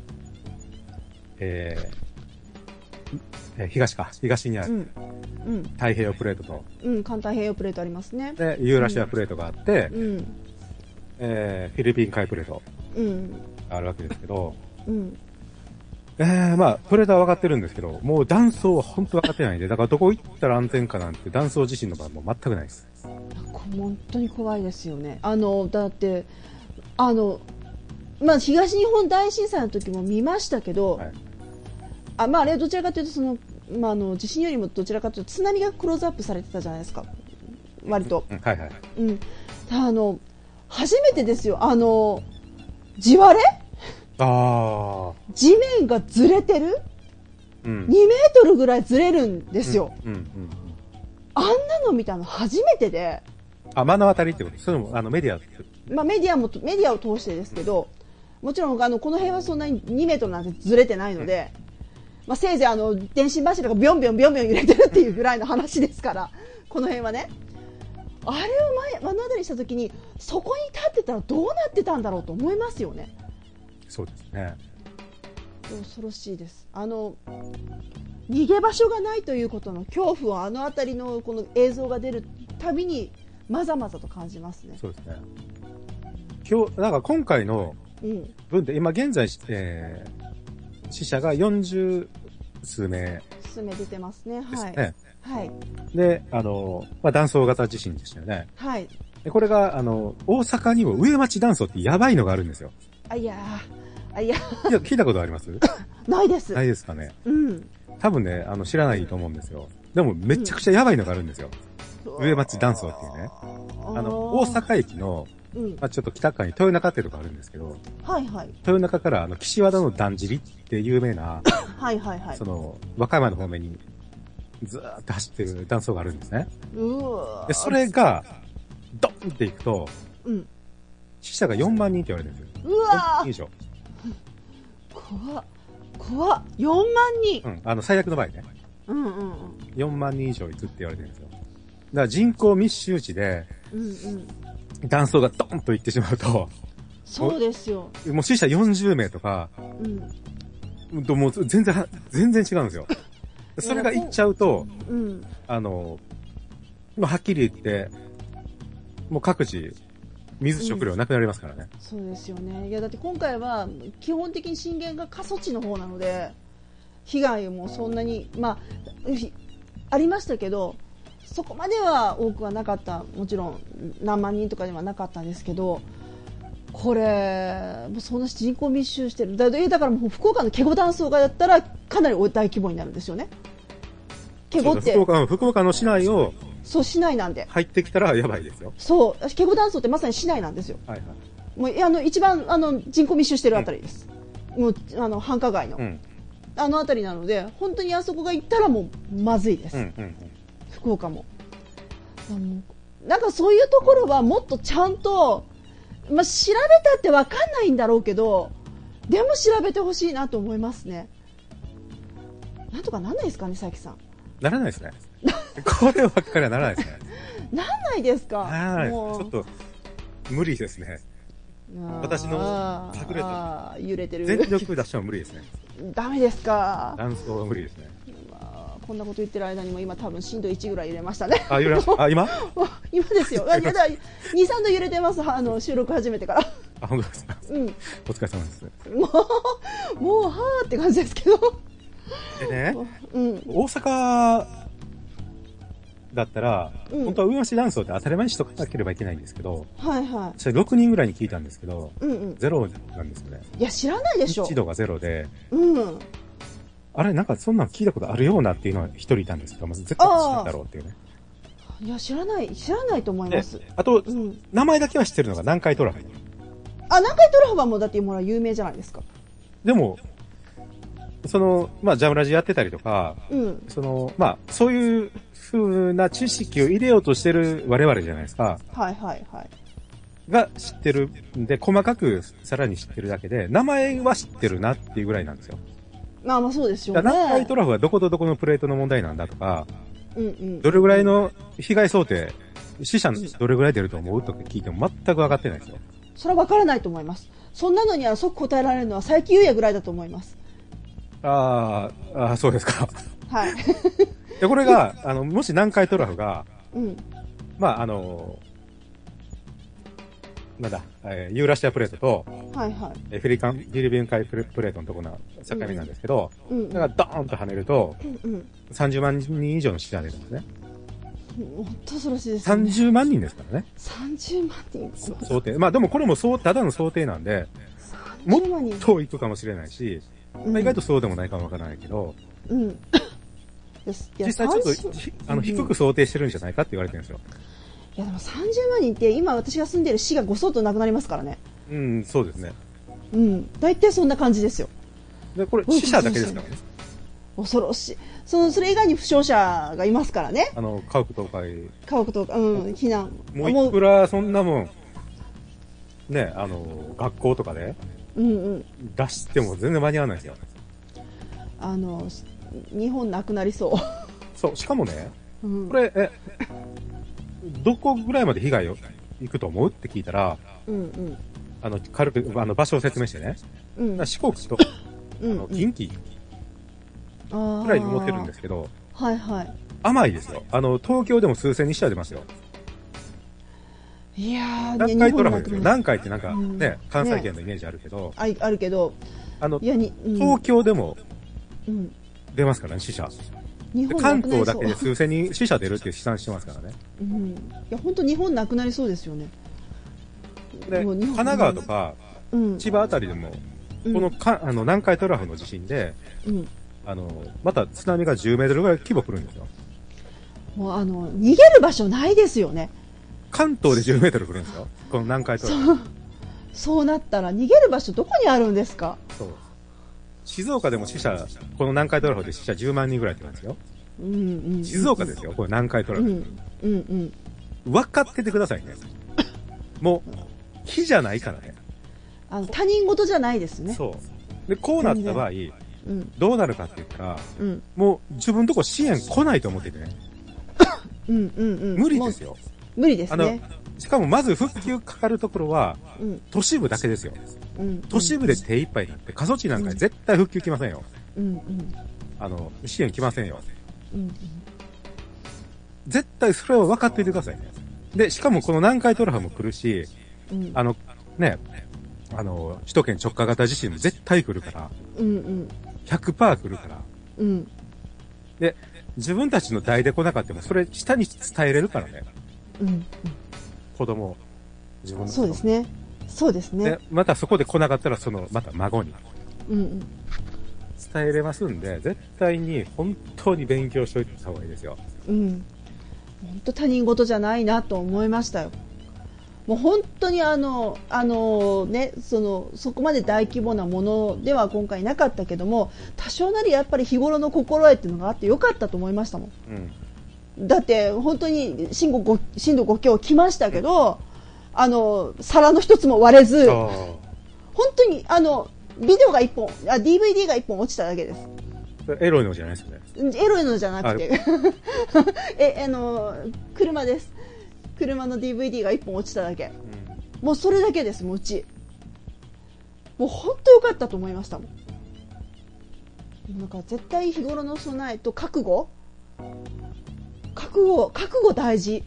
えー、え東か、東にある、うんうん、太平洋プレートと、 うん、環太平洋プレートありますね。 で、ユーラシアプレートがあって、うん、えー、フィリピン海プレートがあるわけですけど、うん、えー、まあ、プレートは分かってるんですけど、もう断層は本当分かってないんで、だからどこ行ったら安全かなんて断層地震の場合も全くないです。 本当に怖いですよね。あの、だって、あの、まあ、東日本大震災の時も見ましたけど、はい、あ、まあ、あれはどちらかというとその、まあ、あの地震よりもどちらかというと津波がクローズアップされてたじゃないですか、割と。うん、はいはい。うん。あの、初めてですよ、あの、地割れ？ああ。地面がずれてる？うん。にメートルぐらいずれるんですよ。うん。うん。うん、あんなの見たの初めてで。 あ、目の当たりってこと？それも、あの、メディア。 まあ、メディアも、メディアを通してですけど、もちろん、あの、この辺はそんなににメートルなんてずれてないので、まあ、せいぜいあの、電信柱がビョンビョンビョンビョン揺れてるっていうぐらいの話ですから、この辺はね。あれを前、目の当たりしたときに、そこに立ってたらどうなってたんだろうと思いますよね。 そうですね。 恐ろしいです。あの、逃げ場所がないということの恐怖をあの辺りのこの映像が出るたびに、まざまざと感じますね。 そうですね。今日、なんか今回の分で、うん、今現在、えー、死者がよんじゅうすうめい。 数名出てますね。はい。 ね、はい。で、あの、まあ、断層型地震でしたよね。はい。で、これが、あの、大阪にも上町断層ってやばいのがあるんですよ。 あ、いやー、あ、いやー。いや、聞いたことあります？ ないです。 ないですかね。うん。多分ね、あの、知らないと思うんですよ。でも、めちゃくちゃやばいのがあるんですよ。うん、上町断層っていうね。あの、大阪駅の、うん、まあ、ちょっと北側に豊中っていうとこあるんですけど、はいはい。豊中からあの、岸和田のだんじりって有名な、はいはいはい。その、和歌山の方面にずーっと走ってる断層があるんですね。うわで、それが、ドンって行くと、うん。 死者がよんまんにんって言われてるんですよ。 うわー以上。 怖っ。怖っ。よんまんにん。 うん。あの、最悪の場合ね。 うんうんうん。 よんまんにん以上いくって言われてるんですよ。だから人口密集地で、 うんうん。 断層がドーンといってしまうと、 そうですよ。 もう死者よんじゅうめいとか、うん。もう全然、全然違うんですよ。それがいっちゃうと、うん。あの、まあ、はっきり言って、もう各自、水食料なくなりますからね、 うん。そうですよね。いや、だって今回は、基本的に震源が過疎地の方なので、被害もそんなに、まあ、ありましたけど、そこまでは多くはなかった。もちろん、何万人とかではなかったんですけど、これ、もうそんな人口密集してる。だ, だからもう福岡の華厳断層がやったら、かなり大規模になるんですよね。華厳って。 福岡、福岡の市内を、 そう、市内なんで。 入ってきたらやばいですよ。 そう、華厳断層ってまさに市内なんですよ。はいはい。もう、あの、一番、あの、人口密集してるあたりです。うん、もう、あの、繁華街の。うん、あのあたりなので、本当にあそこが行ったらもう、まずいです。うんうんうん、福岡も。なんかそういうところはもっとちゃんと、まあ、調べたってわかんないんだろうけど、でも調べてほしいなと思いますね。なんとかなんないですかね、佐伯さん。 ならないですね。こればっかりはならないですね。 なんないですか。 ならない。ちょっと、無理ですね。私の隠れた。 揺れてる。 全力出しても無理ですね。 ダメですか。 断層は無理ですね。 こんなこと言ってる間にも今多分震度いちぐらい揺れましたね。 あ、揺れました。あ、今今ですよ。いやだに、さんど揺れてます。あの、収録始めてから。 あ、本当ですか。うん。お疲れ様です。 もう、もう、はーって感じですけど。 でね、うん、大阪だったら、うん、本当は上橋断層って当たり前にしとかなければいけないんですけど、はいはい。それろくにんぐらいに聞いたんですけど、うんうん、ゼロなんですよね。 いや、知らないでしょ。 いちどがゼロで、うん。あれ、なんかそんなの聞いたことあるようなっていうのは一人いたんですけど、まず絶対知らんだろうっていうね。 いや、知らない、知らないと思います。 あと、うん、名前だけは知ってるのが南海トラフ。 あ、南海トラフはもうだってもう有名じゃないですか。 でも、その、まあ、ジャムラジやってたりとか、うん、その、まあ、そういう風な知識を入れようとしてる我々じゃないですか。 はいはいはい。 が知ってるんで、細かくさらに知ってるだけで、名前は知ってるなっていうぐらいなんですよ。 まあまあそうですよね。 南海トラフはどことどこのプレートの問題なんだとか、うんうん、どれぐらいの被害想定、死者どれぐらい出ると思うとか聞いても全く分かってないですよ。 それは分からないと思います。そんなのには即答えられるのは佐伯優也ぐらいだと思います。 ああ、そうですか。 はい。 で、これが、あの、もし南海トラフが、うん、まあ、あの、なんだ、えー、ユーラシアプレートと、はいはい。えー、フィリカン、フィリピン海プレートのところの境目なんですけど、うんうん、だからドーンと跳ねると、うんうん、さんじゅうまんにん以上の死者が出るんですね。 本当恐ろしいですね。 さんじゅうまんにんですからね。 さんじゅうまんにん想定。まあでもこれもそう、ただの想定なんで、もっといくかもしれないし、うんまあ、意外とそうでもないかもわからないけど、うん、実際ちょっと、あの、低く想定してるんじゃないかって言われてるんですよ。 いやでもさんじゅうまんにんって今私が住んでる市がごそっとなくなりますからね。 うん、そうですね。 うん、大体そんな感じですよ。 で、これ死者だけですからね。 恐ろしい。その、それ以外に負傷者がいますからね。 あの、家屋倒壊。 家屋倒壊、うん、避難。 もういくらそんなもん、ね、あの、学校とかで、うんうん。出しても全然間に合わないですよ。 あの、日本なくなりそう。 そう、しかもね、うん、これ、え、どこぐらいまで被害を行くと思うって聞いたら、うんうん、あの、軽く、あの、場所を説明してね、うん、四国と、あの、近畿ぐらいに思ってるんですけど、 はいはい。 甘いですよ。あの、東京でも数千に死者出ますよ。 いやー、 南海トラフですよ。南海ってなんかね、うん、関西圏のイメージあるけど、 ね、あ, あるけど、 あの、いやにうん、東京でも出ますからね、死者。日本関東だけで数千人死者出るって試算してますからね。 うん、いや本当日本なくなりそうですよね。 で神奈川とか、うん、千葉あたりでも、うん、このかあの南海トラフの地震で、うん、あのまた津波がじゅうメートルぐらい規模来るんですよ。 もうあの逃げる場所ないですよね。 関東でじゅうメートル来るんですよ。この南海トラフ。 そう、そうなったら逃げる場所どこにあるんですか。 そう。静岡でも死者、この南海トラフで死者じゅうまんにんぐらいって言うんですよ。うんうんうん、静岡ですよ、これ南海トラフ。うんうんうん、分かっててくださいね。もう、 木じゃないからね。 あの、他人事じゃないですね。 そう。で、こうなった場合、うん、どうなるかって言ったら、うん、もう自分のとこ支援来ないと思っててね。 うんうんうん。 無理ですよ。 無理ですね。 あの、しかもまず復旧かかるところは、うん、都市部だけですよ。うん、都市部で手一杯になって、過疎地なんか絶対復旧来ませんよ。うんうん、あの、支援来ませんよ。うんうん、絶対それは分かっていてくださいね。で、しかもこの南海トラフも来るし、うん、あの、ね、あの、首都圏直下型地震も絶対来るから、うんうん、ひゃくパーセント 来るから、うん、で、自分たちの代で来なかったも、それ下に伝えれるからね。うんうん、子供、自分の子供。 そうですね。そうですね。 で、またそこで来なかったら、その、また孫に。うんうん、伝えれますんで、絶対に本当に勉強しておいた方がいいですよ。 うん。本当他人事じゃないなと思いましたよ。もう本当にあの、あのね、その、そこまで大規模なものでは今回なかったけども、多少なりやっぱり日頃の心得っていうのがあってよかったと思いましたもん。うん、だって本当に震度ご、震度ご強来ましたけど、あの、皿の一つも割れず、本当にあの、ビデオが一本、あ、ディーブイディー が一本落ちただけです。 エロいのじゃないですよね。 エロいのじゃなくて、え、あの、車です。車の ディーブイディー が一本落ちただけ。うん、もうそれだけです、もううち。もう本当良かったと思いましたもん。なんか絶対日頃の備えと覚悟覚悟、覚悟大事。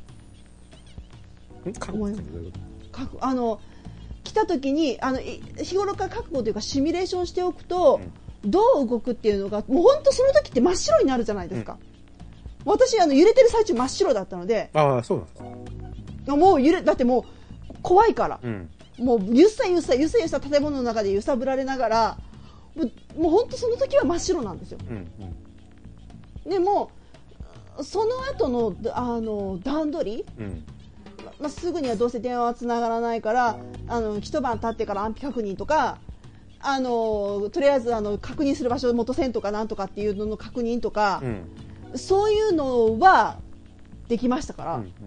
覚悟あの、来た時に、あの、日頃から覚悟というかシミュレーションしておくと、うん、どう動くっていうのが、もう本当その時って真っ白になるじゃないですか。うん、私、あの、揺れてる最中真っ白だったので。 ああ、そうなんですか。 もう揺れ、だってもう、怖いから。うん、もう、ゆっさゆっさ、ゆっさゆっさ建物の中で揺さぶられながら、もう、もう本当その時は真っ白なんですよ。うんうん、でも、その後の、あの、段取り、うんまあ、すぐにはどうせ電話は繋がらないから、あの、一晩経ってから安否確認とか、あの、とりあえず、あの、確認する場所、元栓とかなんとかっていうのの確認とか、うん、そういうのは、できましたから。うん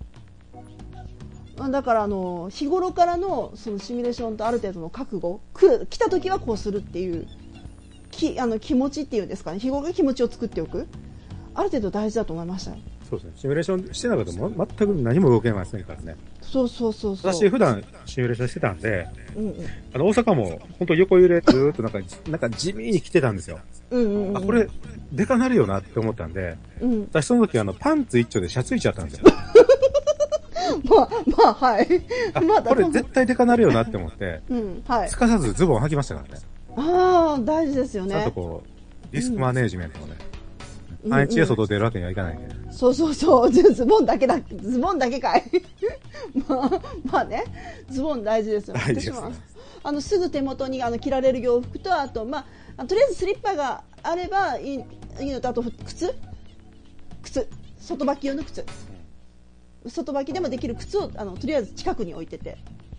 うん、だから、あの、日頃からの、そのシミュレーションとある程度の覚悟、来、来た時はこうするっていう、き、あの、気持ちっていうんですかね、日頃の気持ちを作っておく。ある程度大事だと思いましたよ。 そうですね。シミュレーションしてなかったらも全く何も動けませんからね。 そうそうそうそう。 私普段シミュレーションしてたんで、うんうん、あの大阪も本当横揺れずーっとなんかなんか地味に来てたんですよ。うんうんうん、あこれでかなるよなって思ったんで、うん、私その時あのパンツ一丁でシャツいちゃったんですよ。 まあまあはい。 あまこれ絶対でかなるよなって思って、うんはい、すかさずズボン履きましたからね。 ああ大事ですよね。 ちゃんとこうリスクマネージメントをね。毎日外出るわけにはいかないね、 うんうん。そうそうそう。ズボンだけだ、ズボンだけかい。まあ、まあね、ズボン大事ですよね。 大事ですね。 私も、あの、すぐ手元にあの着られる洋服と、あと、まあ、とりあえずスリッパがあればいい、いいのと、あと、靴靴。外履き用の靴。外履きでもできる靴を、あの、とりあえず近くに置いてて。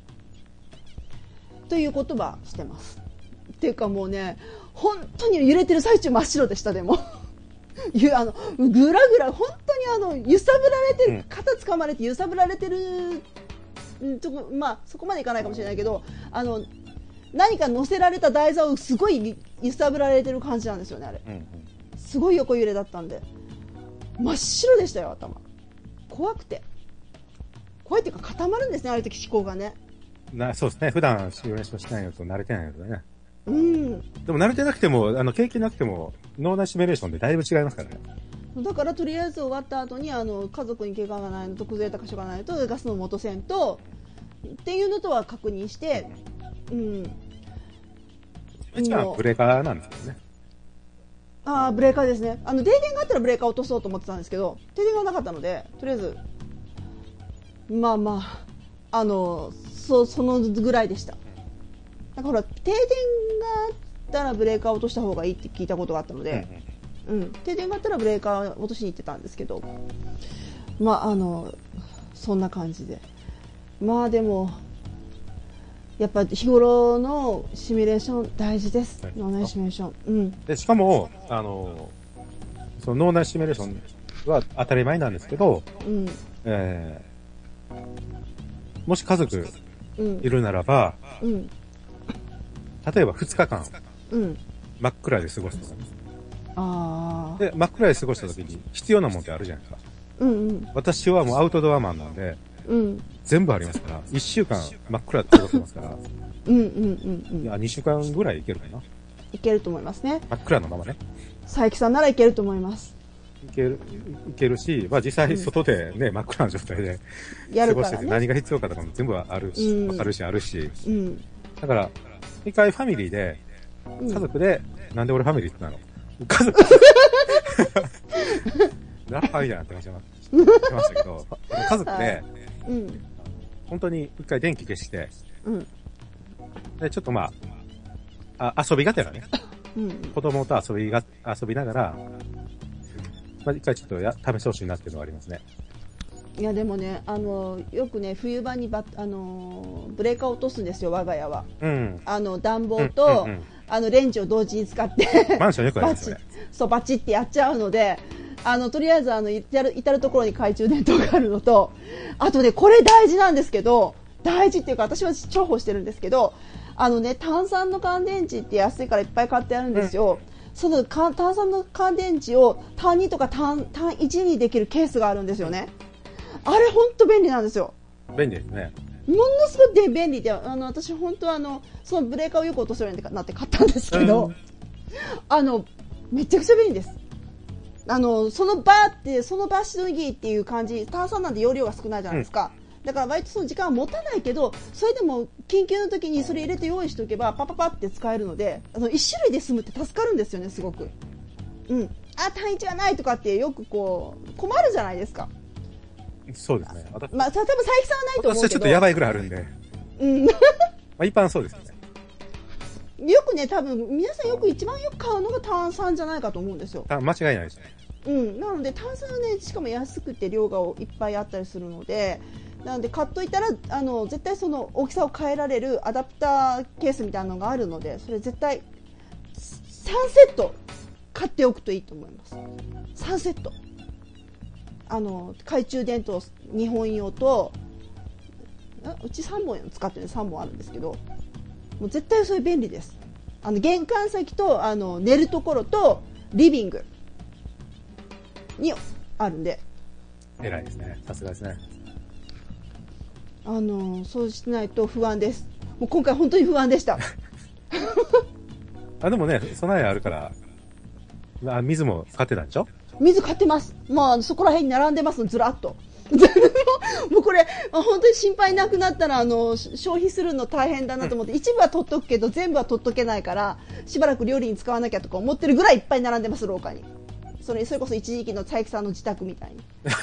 ということはしてます。っていうかもうね、本当に揺れてる最中真っ白でした、でも。ゆあのぐらぐら本当にあの揺さぶられてる、うん、肩掴まれて揺さぶられてるとこ、まあそこまでいかないかもしれないけど、あの何か乗せられた台座をすごい揺さぶられてる感じなんですよねあれ、うんうん、すごい横揺れだったんで真っ白でしたよ頭。怖くて怖いっていうか固まるんですねああいう時思考がね。 なそうですね。普段シミュレーションしないのと慣れてないのとね。 うん、 でも慣れてなくてもあの経験なくても脳内シミュレーションでだいぶ違いますからね。 だからとりあえず終わった後にあの家族に怪我がないのと崩れた箇所がないのとガスの元栓とっていうのとは確認して、うん。 一番ブレーカーなんですけどね。 ああブレーカーですね。あの停電があったらブレーカー落とそうと思ってたんですけど停電がなかったのでとりあえずまあまああのそそのぐらいでした。だから停電があったらブレーカーを落とした方がいいって聞いたことがあったので、うん、停電があったらブレーカーを落としに行ってたんですけど、まああのそんな感じで、まあでもやっぱ日頃のシミュレーション大事です。脳内シミュレーション。うん。 でしかもあのその脳内シミュレーションは当たり前なんですけど、うん、えー、もし家族いるならば、 うん、 例えばふつかかん、 うん、 真っ暗で過ごすとかね。 あで、真っ暗で過ごした時に必要なもんってあるじゃないですか。 うんうん、 私はもうアウトドアマンなんで、 うん、 全部ありますから、いっしゅうかん真っ暗で過ごせますから、 うんうんうんうん。 いや、にしゅうかんぐらいいけるかな。 いけると思いますね。 真っ暗のままね。 佐伯さんならいけると思います。 いける、いけるし、まあ実際外でね、うん、真っ暗な状態で過ごしてて何が必要かとかも全部あるし、わ、うん、かるしあるし、うん、だから、一回ファミリーで、家族で、うん、なんで俺ファミリーってなの家族ラッパーみたいになってましたけど、家族で、うん、本当に一回電気消して、うん、でちょっとまあ、あ遊びがてらね、うん、子供と遊びが、遊びながら、まあ、一回ちょっとや試してほしいなっていうのはありますね。 いやでもね、あのよくね冬場にバあのブレーカーを落とすんですよ我が家は。うん、あの暖房と、うんうんうん、あのレンジを同時に使ってマンションよくありますよね。 そうバチってやっちゃうので、あのとりあえずあの至る至るところに懐中電灯があるのと、あとねこれ大事なんですけど、大事っていうか私は重宝してるんですけど、あのね炭酸の乾電池って安いからいっぱい買ってあるんですよ。うん、その炭酸の乾電池を単にとか単単いちにできるケースがあるんですよね。あれ本当便利なんですよ。 便利ですね。 ものすごく便利で、あの私本当はあのそのブレーカーをよく落とすようになって買ったんですけど、うん、あのめちゃくちゃ便利です。あのその場ってその場しのぎっていう感じ、炭酸なんて容量が少ないじゃないですか。うん、だから割とその時間は持たないけど、それでも緊急の時にそれ入れて用意しておけばパパパって使えるので、あのいち種類で済むって助かるんですよね、すごく。うん。あ、単一がないとかってよくこう困るじゃないですか。 そうですね。 まあ、多分佐伯さんはないと思うけど。 私はちょっとやばいぐらいあるんで。うん。まあ一般そうですよね。 よくね、多分皆さんよく一番よく買うのが炭酸じゃないかと思うんですよ。 間違いないですね。 うん。なので炭酸はね、しかも安くて量がいっぱいあったりするので、なので買っといたらあの絶対その大きさを変えられるアダプターケースみたいなのがあるので、それ絶対さんセット買っておくといいと思います。さんセット。あの懐中電灯にほん用と、うちさんぼん使ってるさんぼんあるんですけど、もう絶対それ便利です。あの玄関先とあの寝るところとリビングにあるんで。 偉いですね。さすがですね。 あのそうしないと不安です。もう今回本当に不安でした。 あでもね、備えあるから、あ水も買ってたんでしょ？ 水買ってます。まあそこら辺に並んでますずらっと。もうこれ本当に心配なくなったらあの消費するの大変だなと思って、うん、一部は取っとくけど全部は取っとけないからしばらく料理に使わなきゃとか思ってるぐらいいっぱい並んでます廊下に。それそれこそ一時期の佐伯さんの自宅みたいに。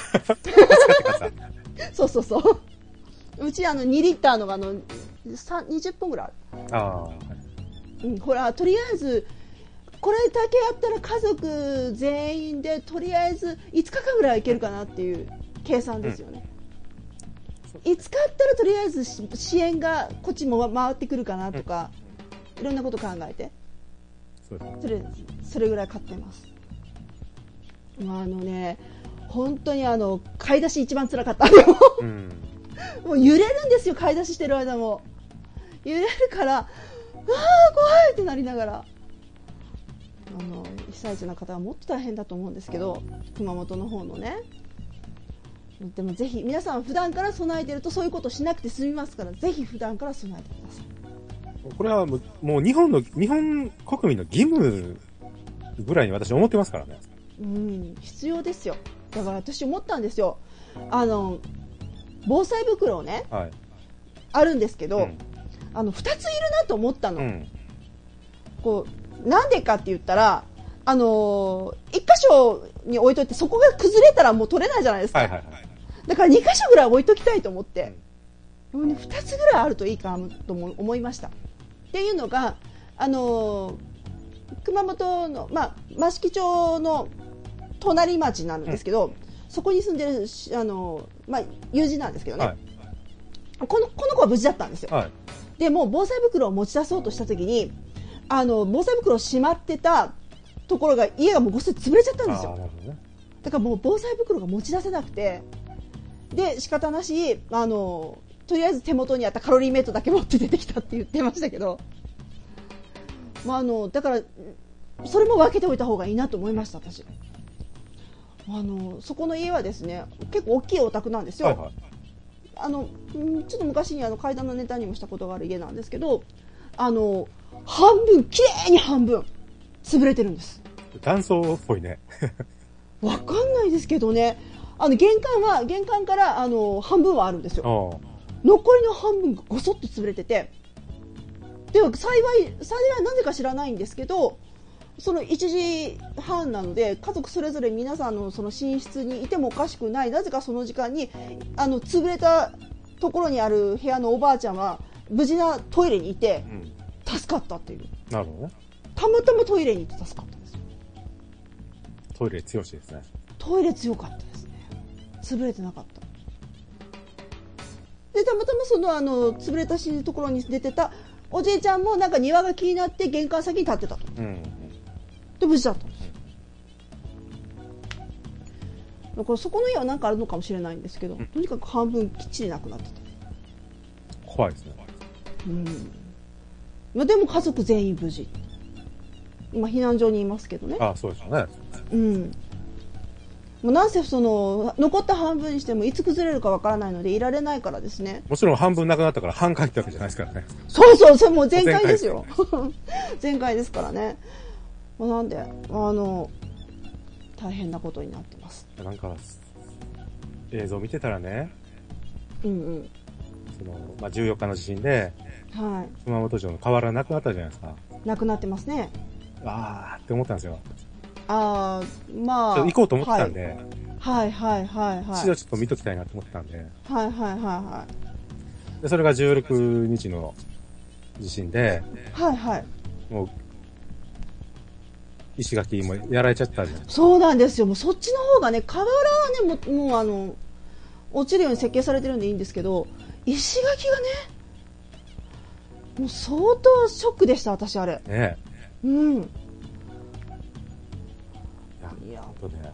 そうそうそう。うちあのにリッターのがあのにじゅっぽんぐらいある。あー、うん、ほらとりあえずこれだけやったら家族全員でとりあえずいつかかんぐらいはいけるかなっていう計算ですよね。うん、いつかあったらとりあえず支援がこっちも回ってくるかなとか、うん、いろんなこと考えてそれ、それぐらい買ってます。あのね本当にあの買い出し一番辛かったの、うん、もう揺れるんですよ。買い出ししてる間も揺れるからあー怖いってなりながら、あの被災地の方はもっと大変だと思うんですけど、熊本の方のね。でもぜひ皆さん普段から備えてるとそういうことしなくて済みますから、ぜひ普段から備えてください。 これはもう、もう日本の日本国民の義務ぐらいに私思ってますからね。 うん、必要ですよ。だから私思ったんですよ。あの防災袋ね、はい、あるんですけど、うん、あのふたついるなと思ったの。うん、こうなんでかって言ったら、あのー、いっ箇所に置いといてそこが崩れたらもう取れないじゃないですか。はいはいはい、だからに箇所ぐらい置いときたいと思って、うん、ふたつぐらいあるといいかなと思いました。っていうのが、あのー、熊本の、まあ、益城町の隣町なんですけど、うん、そこに住んでる、あのーまあ、友人なんですけどね、はい、この、この子は無事だったんですよ。はい、でもう防災袋を持ち出そうとした時に、あの防災袋をしまってたところが家がもうごっそり潰れちゃったんですよ。ね、だからもう防災袋が持ち出せなくて、で仕方なしあのとりあえず手元にあったカロリーメイトだけ持って出てきたって言ってましたけど、まあ、あのだからそれも分けておいた方がいいなと思いました私。あのそこの家はですね結構大きいお宅なんですよ、はいはい、あのちょっと昔にあの階段のネタにもしたことがある家なんですけど、あの半分きれいに半分潰れてるんです。 断層っぽいねわかんないですけどね、あの玄関は玄関からあの半分はあるんですよ。残りの半分がごそっと潰れてて、でも幸い幸いなぜか知らないんですけど、そのいちじはんなので家族それぞれ皆さんのその寝室にいてもおかしくない、なぜかその時間にあの潰れたところにある部屋のおばあちゃんは無事なトイレにいて助かったっていう、 うん、なるほどね。たまたまトイレに行って助かったんですよ。 トイレ強しですね。 トイレ強かったですね。潰れてなかった。でたまたまそのあの潰れたところに出てたおじいちゃんもなんか庭が気になって玄関先に立ってたと、うん、で無事だったんです。だからそこの家は何かあるのかもしれないんですけど、うん、とにかく半分きっちりなくなってた。 怖いですね。 うん、まあ、でも家族全員無事、今避難所にいますけどね。 ああ、そうですよね。 うん。もうなんせその残った半分にしてもいつ崩れるかわからないのでいられないからですね。 もちろん半分なくなったから半回ってわけじゃないですからね。 そうそう、それもう全開ですよ。全開ですからね。まあ、なんであの大変なことになってます。 なんか映像見てたらね、 うんうん、 そのまあじゅうよっかの地震で、 はい、 熊本城の瓦なくなったじゃないですか。 なくなってますね。 あーって思ったんですよ。 ああ、まあ行こうと思ってたんで、 はい、はいはいはいはい。 一度ちょっと見ときたいなと思ってたんで、 はいはいはいはい。 でそれがじゅうろくにちの地震で、 はいはい。 もう石垣もやられちゃったじゃん。 そうなんですよ。もうそっちの方がね、瓦はねもう、もうあの落ちるように設計されてるんでいいんですけど、石垣がね、もう相当ショックでした私あれ。 ねえ。うん。 いや本当ね。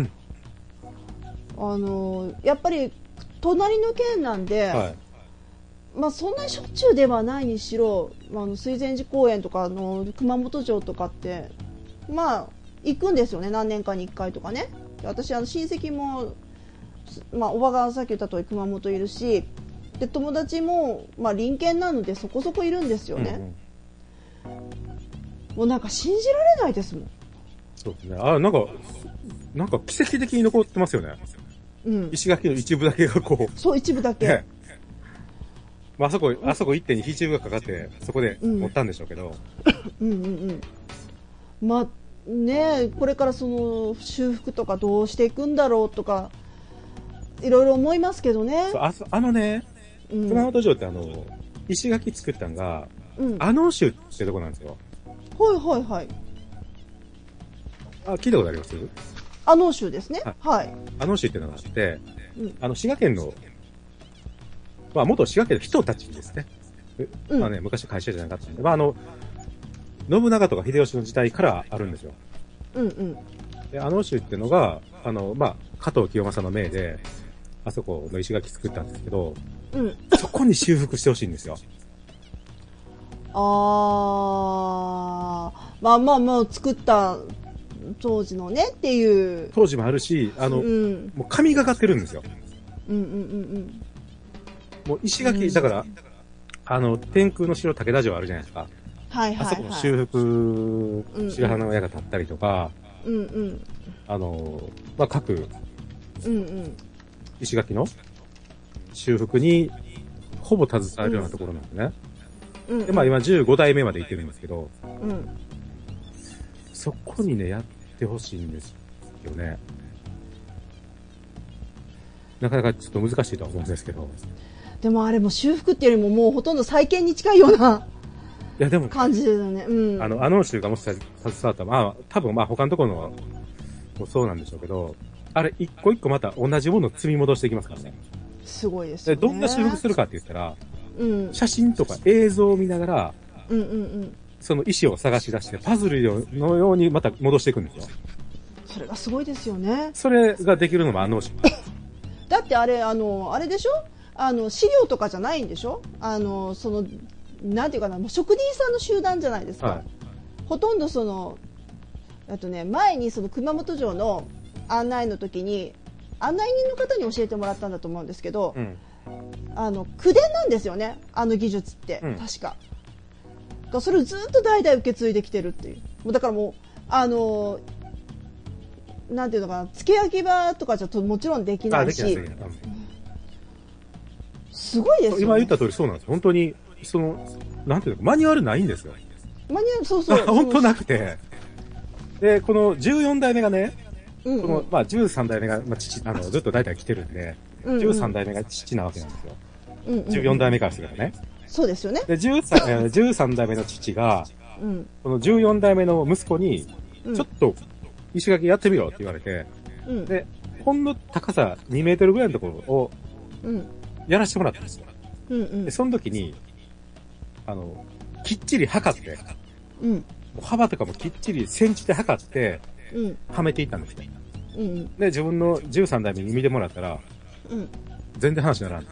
あのやっぱり隣の県なんで、 はい、 まあそんなにしょっちゅうではないにしろ、あの水前寺公園とかの熊本城とかってまあ行くんですよね、何年かにいっかいとかね。私あの親戚も、まあ、おばがさっき言った通り熊本いるし、で友達も、まあ、隣県なのでそこそこいるんですよね、うんうん、もうなんか信じられないですもん。 そうですね。あ、なんかなんか奇跡的に残ってますよね、うん、石垣の一部だけがこう、 そう一部だけ、 ね、まあ、あそこあそこ一点に比重がかかってそこで持ったんでしょうけど、 うん、うんうんうんまあね、これからその修復とかどうしていくんだろうとかいろいろ思いますけどね。 そう あ, あのね、うん、熊本城ってあの石垣作ったんが、うん、阿能州ってとこなんですよ。 はいはいはい。 あ、聞いたことあります？ 阿能州ですね。はい。 阿能州っていうのがあって、うん、あの滋賀県の、まあ元滋賀県の人たちですね。うん、まあね、昔会社じゃなかったんで、まああの信長とか秀吉の時代からあるんですよ。 うんうん。 で、阿能州っていうのが、あの、まあ、加藤清正の命で、あそこの石垣作ったんですけど、うん、そこに修復してほしいんですよ。 あー、まあまあまあ作った当時のねっていう。 当時もあるし、あの、うん、もう神がかってるんですよ。 うんうんうんうん。 もう石垣、うん、だから、あの、天空の城武田城あるじゃないですか。 はいはいはい、 あそこの修復、白羽の矢が立ったりとか、 うんうん、 あの、まあ、各、 うんうん、 石垣の修復にほぼ携わるようなところなんですね。うんうん、で、まあ今じゅうごだいめまで行ってるんですけど、 うん、 そこにね、やってほしいんですよね。なかなかちょっと難しいとは思うんですけど。 でもあれも修復っていうよりももうほとんど再建に近いような。 いやでも感じだね。うん。 あの、阿能州がもし携わったら、まあ、多分まあ他のところのもそうなんでしょうけど、あれ一個一個また同じものを積み戻していきますからね。 すごいですよね。 で、どんな修復するかって言ったら、 うん、 写真とか映像を見ながら、 うんうんうん、 その石を探し出して、パズルのようにまた戻していくんですよ。 それがすごいですよね。 それができるのも阿能州。 だってあれ、あの、あれでしょ？ あの資料とかじゃないんでしょ。あのそのなんていうかな、もう職人さんの集団じゃないですか。はい、ほとんどそのあとね、前にその熊本城の案内の時に案内人の方に教えてもらったんだと思うんですけど、うん、あの口伝なんですよね、あの技術って、うん、確か。それをずっと代々受け継いできてるっていう。もうだからもうあのなんていうのかな、付け焼き場とかじゃともちろんできないし、すごいですよね。 今言った通りそうなんですよ。本当にそのなんていうの、マニュアルないんですよ。 マニュアル、そうそう。 本当なくて。で、このじゅうよん代目がね、うんうん、この、まあ、じゅうさん代目が、まあ、父、あの、ずっと代々来てるんで、うんうん、じゅうさん代目が父なわけなんですよ。うんうん、じゅうよん代目からすればね。 そうですよね。 で、じゅうさん、じゅうさん代目の父が、うん、このじゅうよん代目の息子に、ちょっと、石垣やってみろって言われて、うん、で、ほんの高さにメートルぐらいのところを、やらせてもらったんですよ。うんうん、で、その時に、あの、きっちり測って、うん、幅とかもきっちりセンチで測って、うん、はめていったんですね。うん、で、自分のじゅうさん代目に見てもらったら、うん、全然話にならんって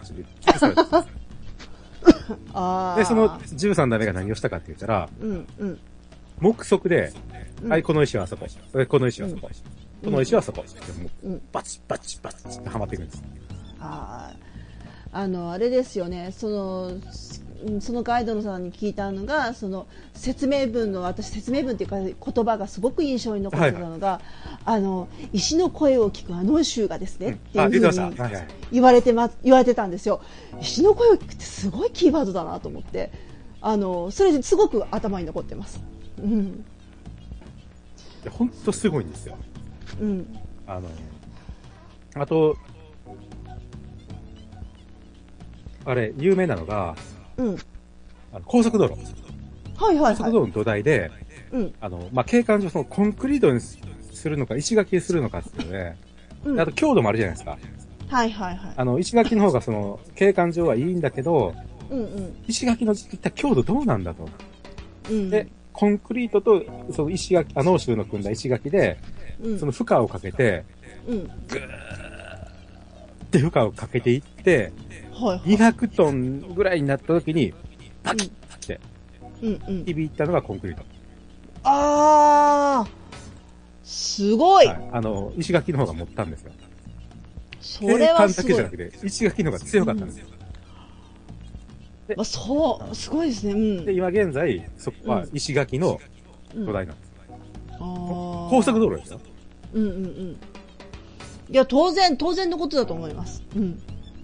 あで、そのじゅうさん代目が何をしたかって言ったら、うんうん、目測で、うん、はい、この石はあそこ、この石はあそこ、うん、この石はあそこ、うん、バチバチバチってはまっていくんです。 ああ、あの、あれですよね、その、そのガイドのさんに聞いたのが、その説明文の、私説明文っていうか言葉がすごく印象に残ってたのが、はいはい、あの石の声を聞くあの州がですね、うん、っていうふうに言われてま、言われてたんですよ。石の声を聞くってすごいキーワードだなと思って、あのそれですごく頭に残ってます。うん。 本当すごいんですよ。うん。あのあとあれ有名なのが。うん、あの高速道路、 はいはいはい、 高速道路の土台で、うん、あのまあ、景観上そのコンクリートにするのか石垣にするのかっていうので、うん、あと強度もあるじゃないですか。 はいはいはい。 あの石垣の方がその景観上はいいんだけど、うんうん、石垣のいった強度どうなんだと。うん、でコンクリートとその石垣、あの州の組んだ石垣で、うん、その負荷をかけて、うん、ぐーって負荷をかけていって。はいはい、にひゃくトンぐらいになった時にパキッって、うんうん、響いたのがコンクリート。 あー、すごい、はい、 あの石垣の方が持ったんですよ。 それはすごい。景観だけじゃなくて石垣の方が強かったんですよ。 うん、まあ、そうすごいですね。うん、 で今現在そこは石垣の土台なんです。うんうん、高速道路ですよ。 うんうんうん。いや当然当然のことだと思います。うん。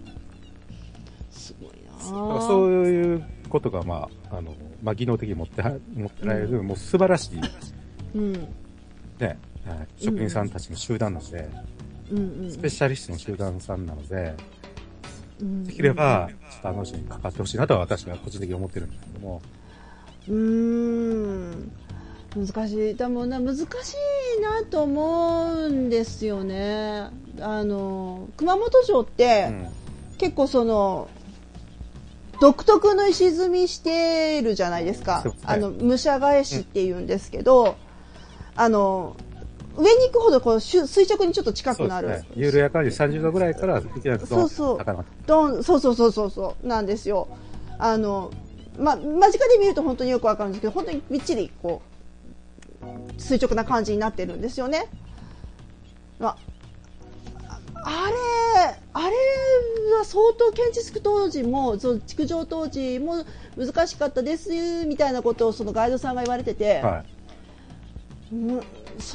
そういうことが、まあ、あの、まあ、技能的に持って、持ってられる、うん、もう素晴らしい、うん、ね、職人さんたちの集団なので、うん、スペシャリストの集団さんなので、うん、できれば、ちょっとあの人にかかってほしいなとは私は個人的に思ってるんですけども。 うーん、難しい。でもな、難しいなと思うんですよね。あの、熊本城って、うん、結構その、独特の石積みしてるじゃないですか。すあの武者返しって言うんですけど、うん、あの上に行くほどこう垂直にちょっと近くなる。 そうですね、緩やかにさんじゅうどぐらいからいきなりそうそうドンそうそうそうそうそうなんですよ。あのま間近で見ると本当によくわかるんですけど、本当にみっちりこう垂直な感じになってるんですよね。まあれ、あれは相当建築当時も、その築城当時も難しかったですみたいなことをそのガイドさんが言われてて、はい、うん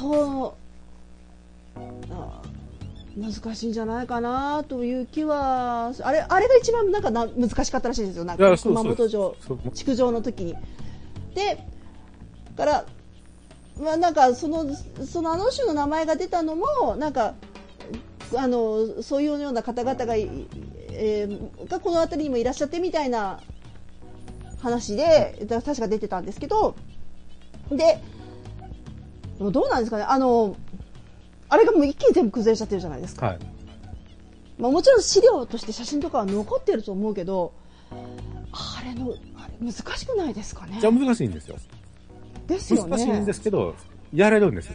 そう難しいんじゃないかなという気は、あれあれが一番なんかな難しかったらしいんですよ。なんか熊本城築城の時に。でから、まあ、なんかそのそのあの種の名前が出たのもなんか。あのそういうような方々が、えー、がこの辺りにもいらっしゃってみたいな話で確か出てたんですけど、でどうなんですかね、あのあれがもう一気に全部崩れちゃってるじゃないですか、はい、まあ、もちろん資料として写真とかは残ってると思うけど、あれのあれ難しくないですかね。 じゃあ難しいんですよ。 ですよね。 難しいんですけどやれるんですよ。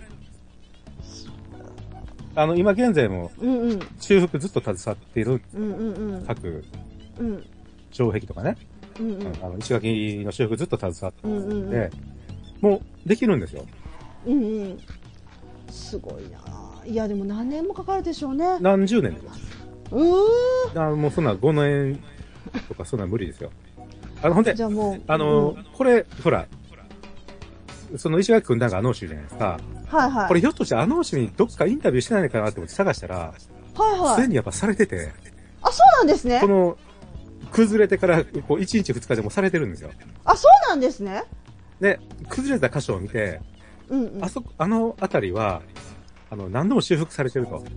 あの今現在も修復ずっと携わっている各うん。 城壁とかね。うんうん、あの石垣の修復ずっと携わってますので、うんうんうん、もうできるんですよ。 うんうん。すごいな。いやでも何年もかかるでしょうね。 何十年です。 うー。 だもうそんなごねんとかそんな無理ですよ。あのほんで、 じゃあもうあの、うん、これほらその石垣組んだのがあの州じゃないですか。 はいはい。 これひょっとしてあの州にどっかインタビューしてないのかなって思って探したら、 はいはい。 すでにやっぱされてて。 あ、そうなんですね。 この崩れてからこういちにちふつかでもされてるんですよ。 あ、そうなんですね。 で、崩れた箇所を見て、うんうん、あそこ、あの辺りは、あの、何度も修復されてると。は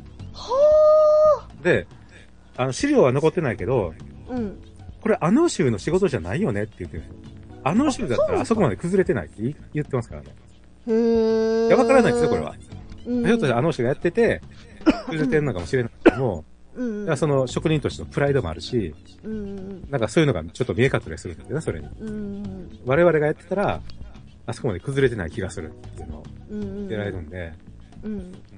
ー。 で、あの、資料は残ってないけど、うん。これあの州の仕事じゃないよねって言ってるんですよ。あの州だったらあそこまで崩れてないって言ってますからね。 へー。 いや、わからないですよ、これは。うん、ひょっとしたらあの州がやってて、崩れてるのかもしれないけども、うんうん、その職人としてのプライドもあるし、うんうん、なんかそういうのがちょっと見え隠れするんですよね、それに。うんうん、我々がやってたら、あそこまで崩れてない気がするっていうのを言ってられるんで、うんうん、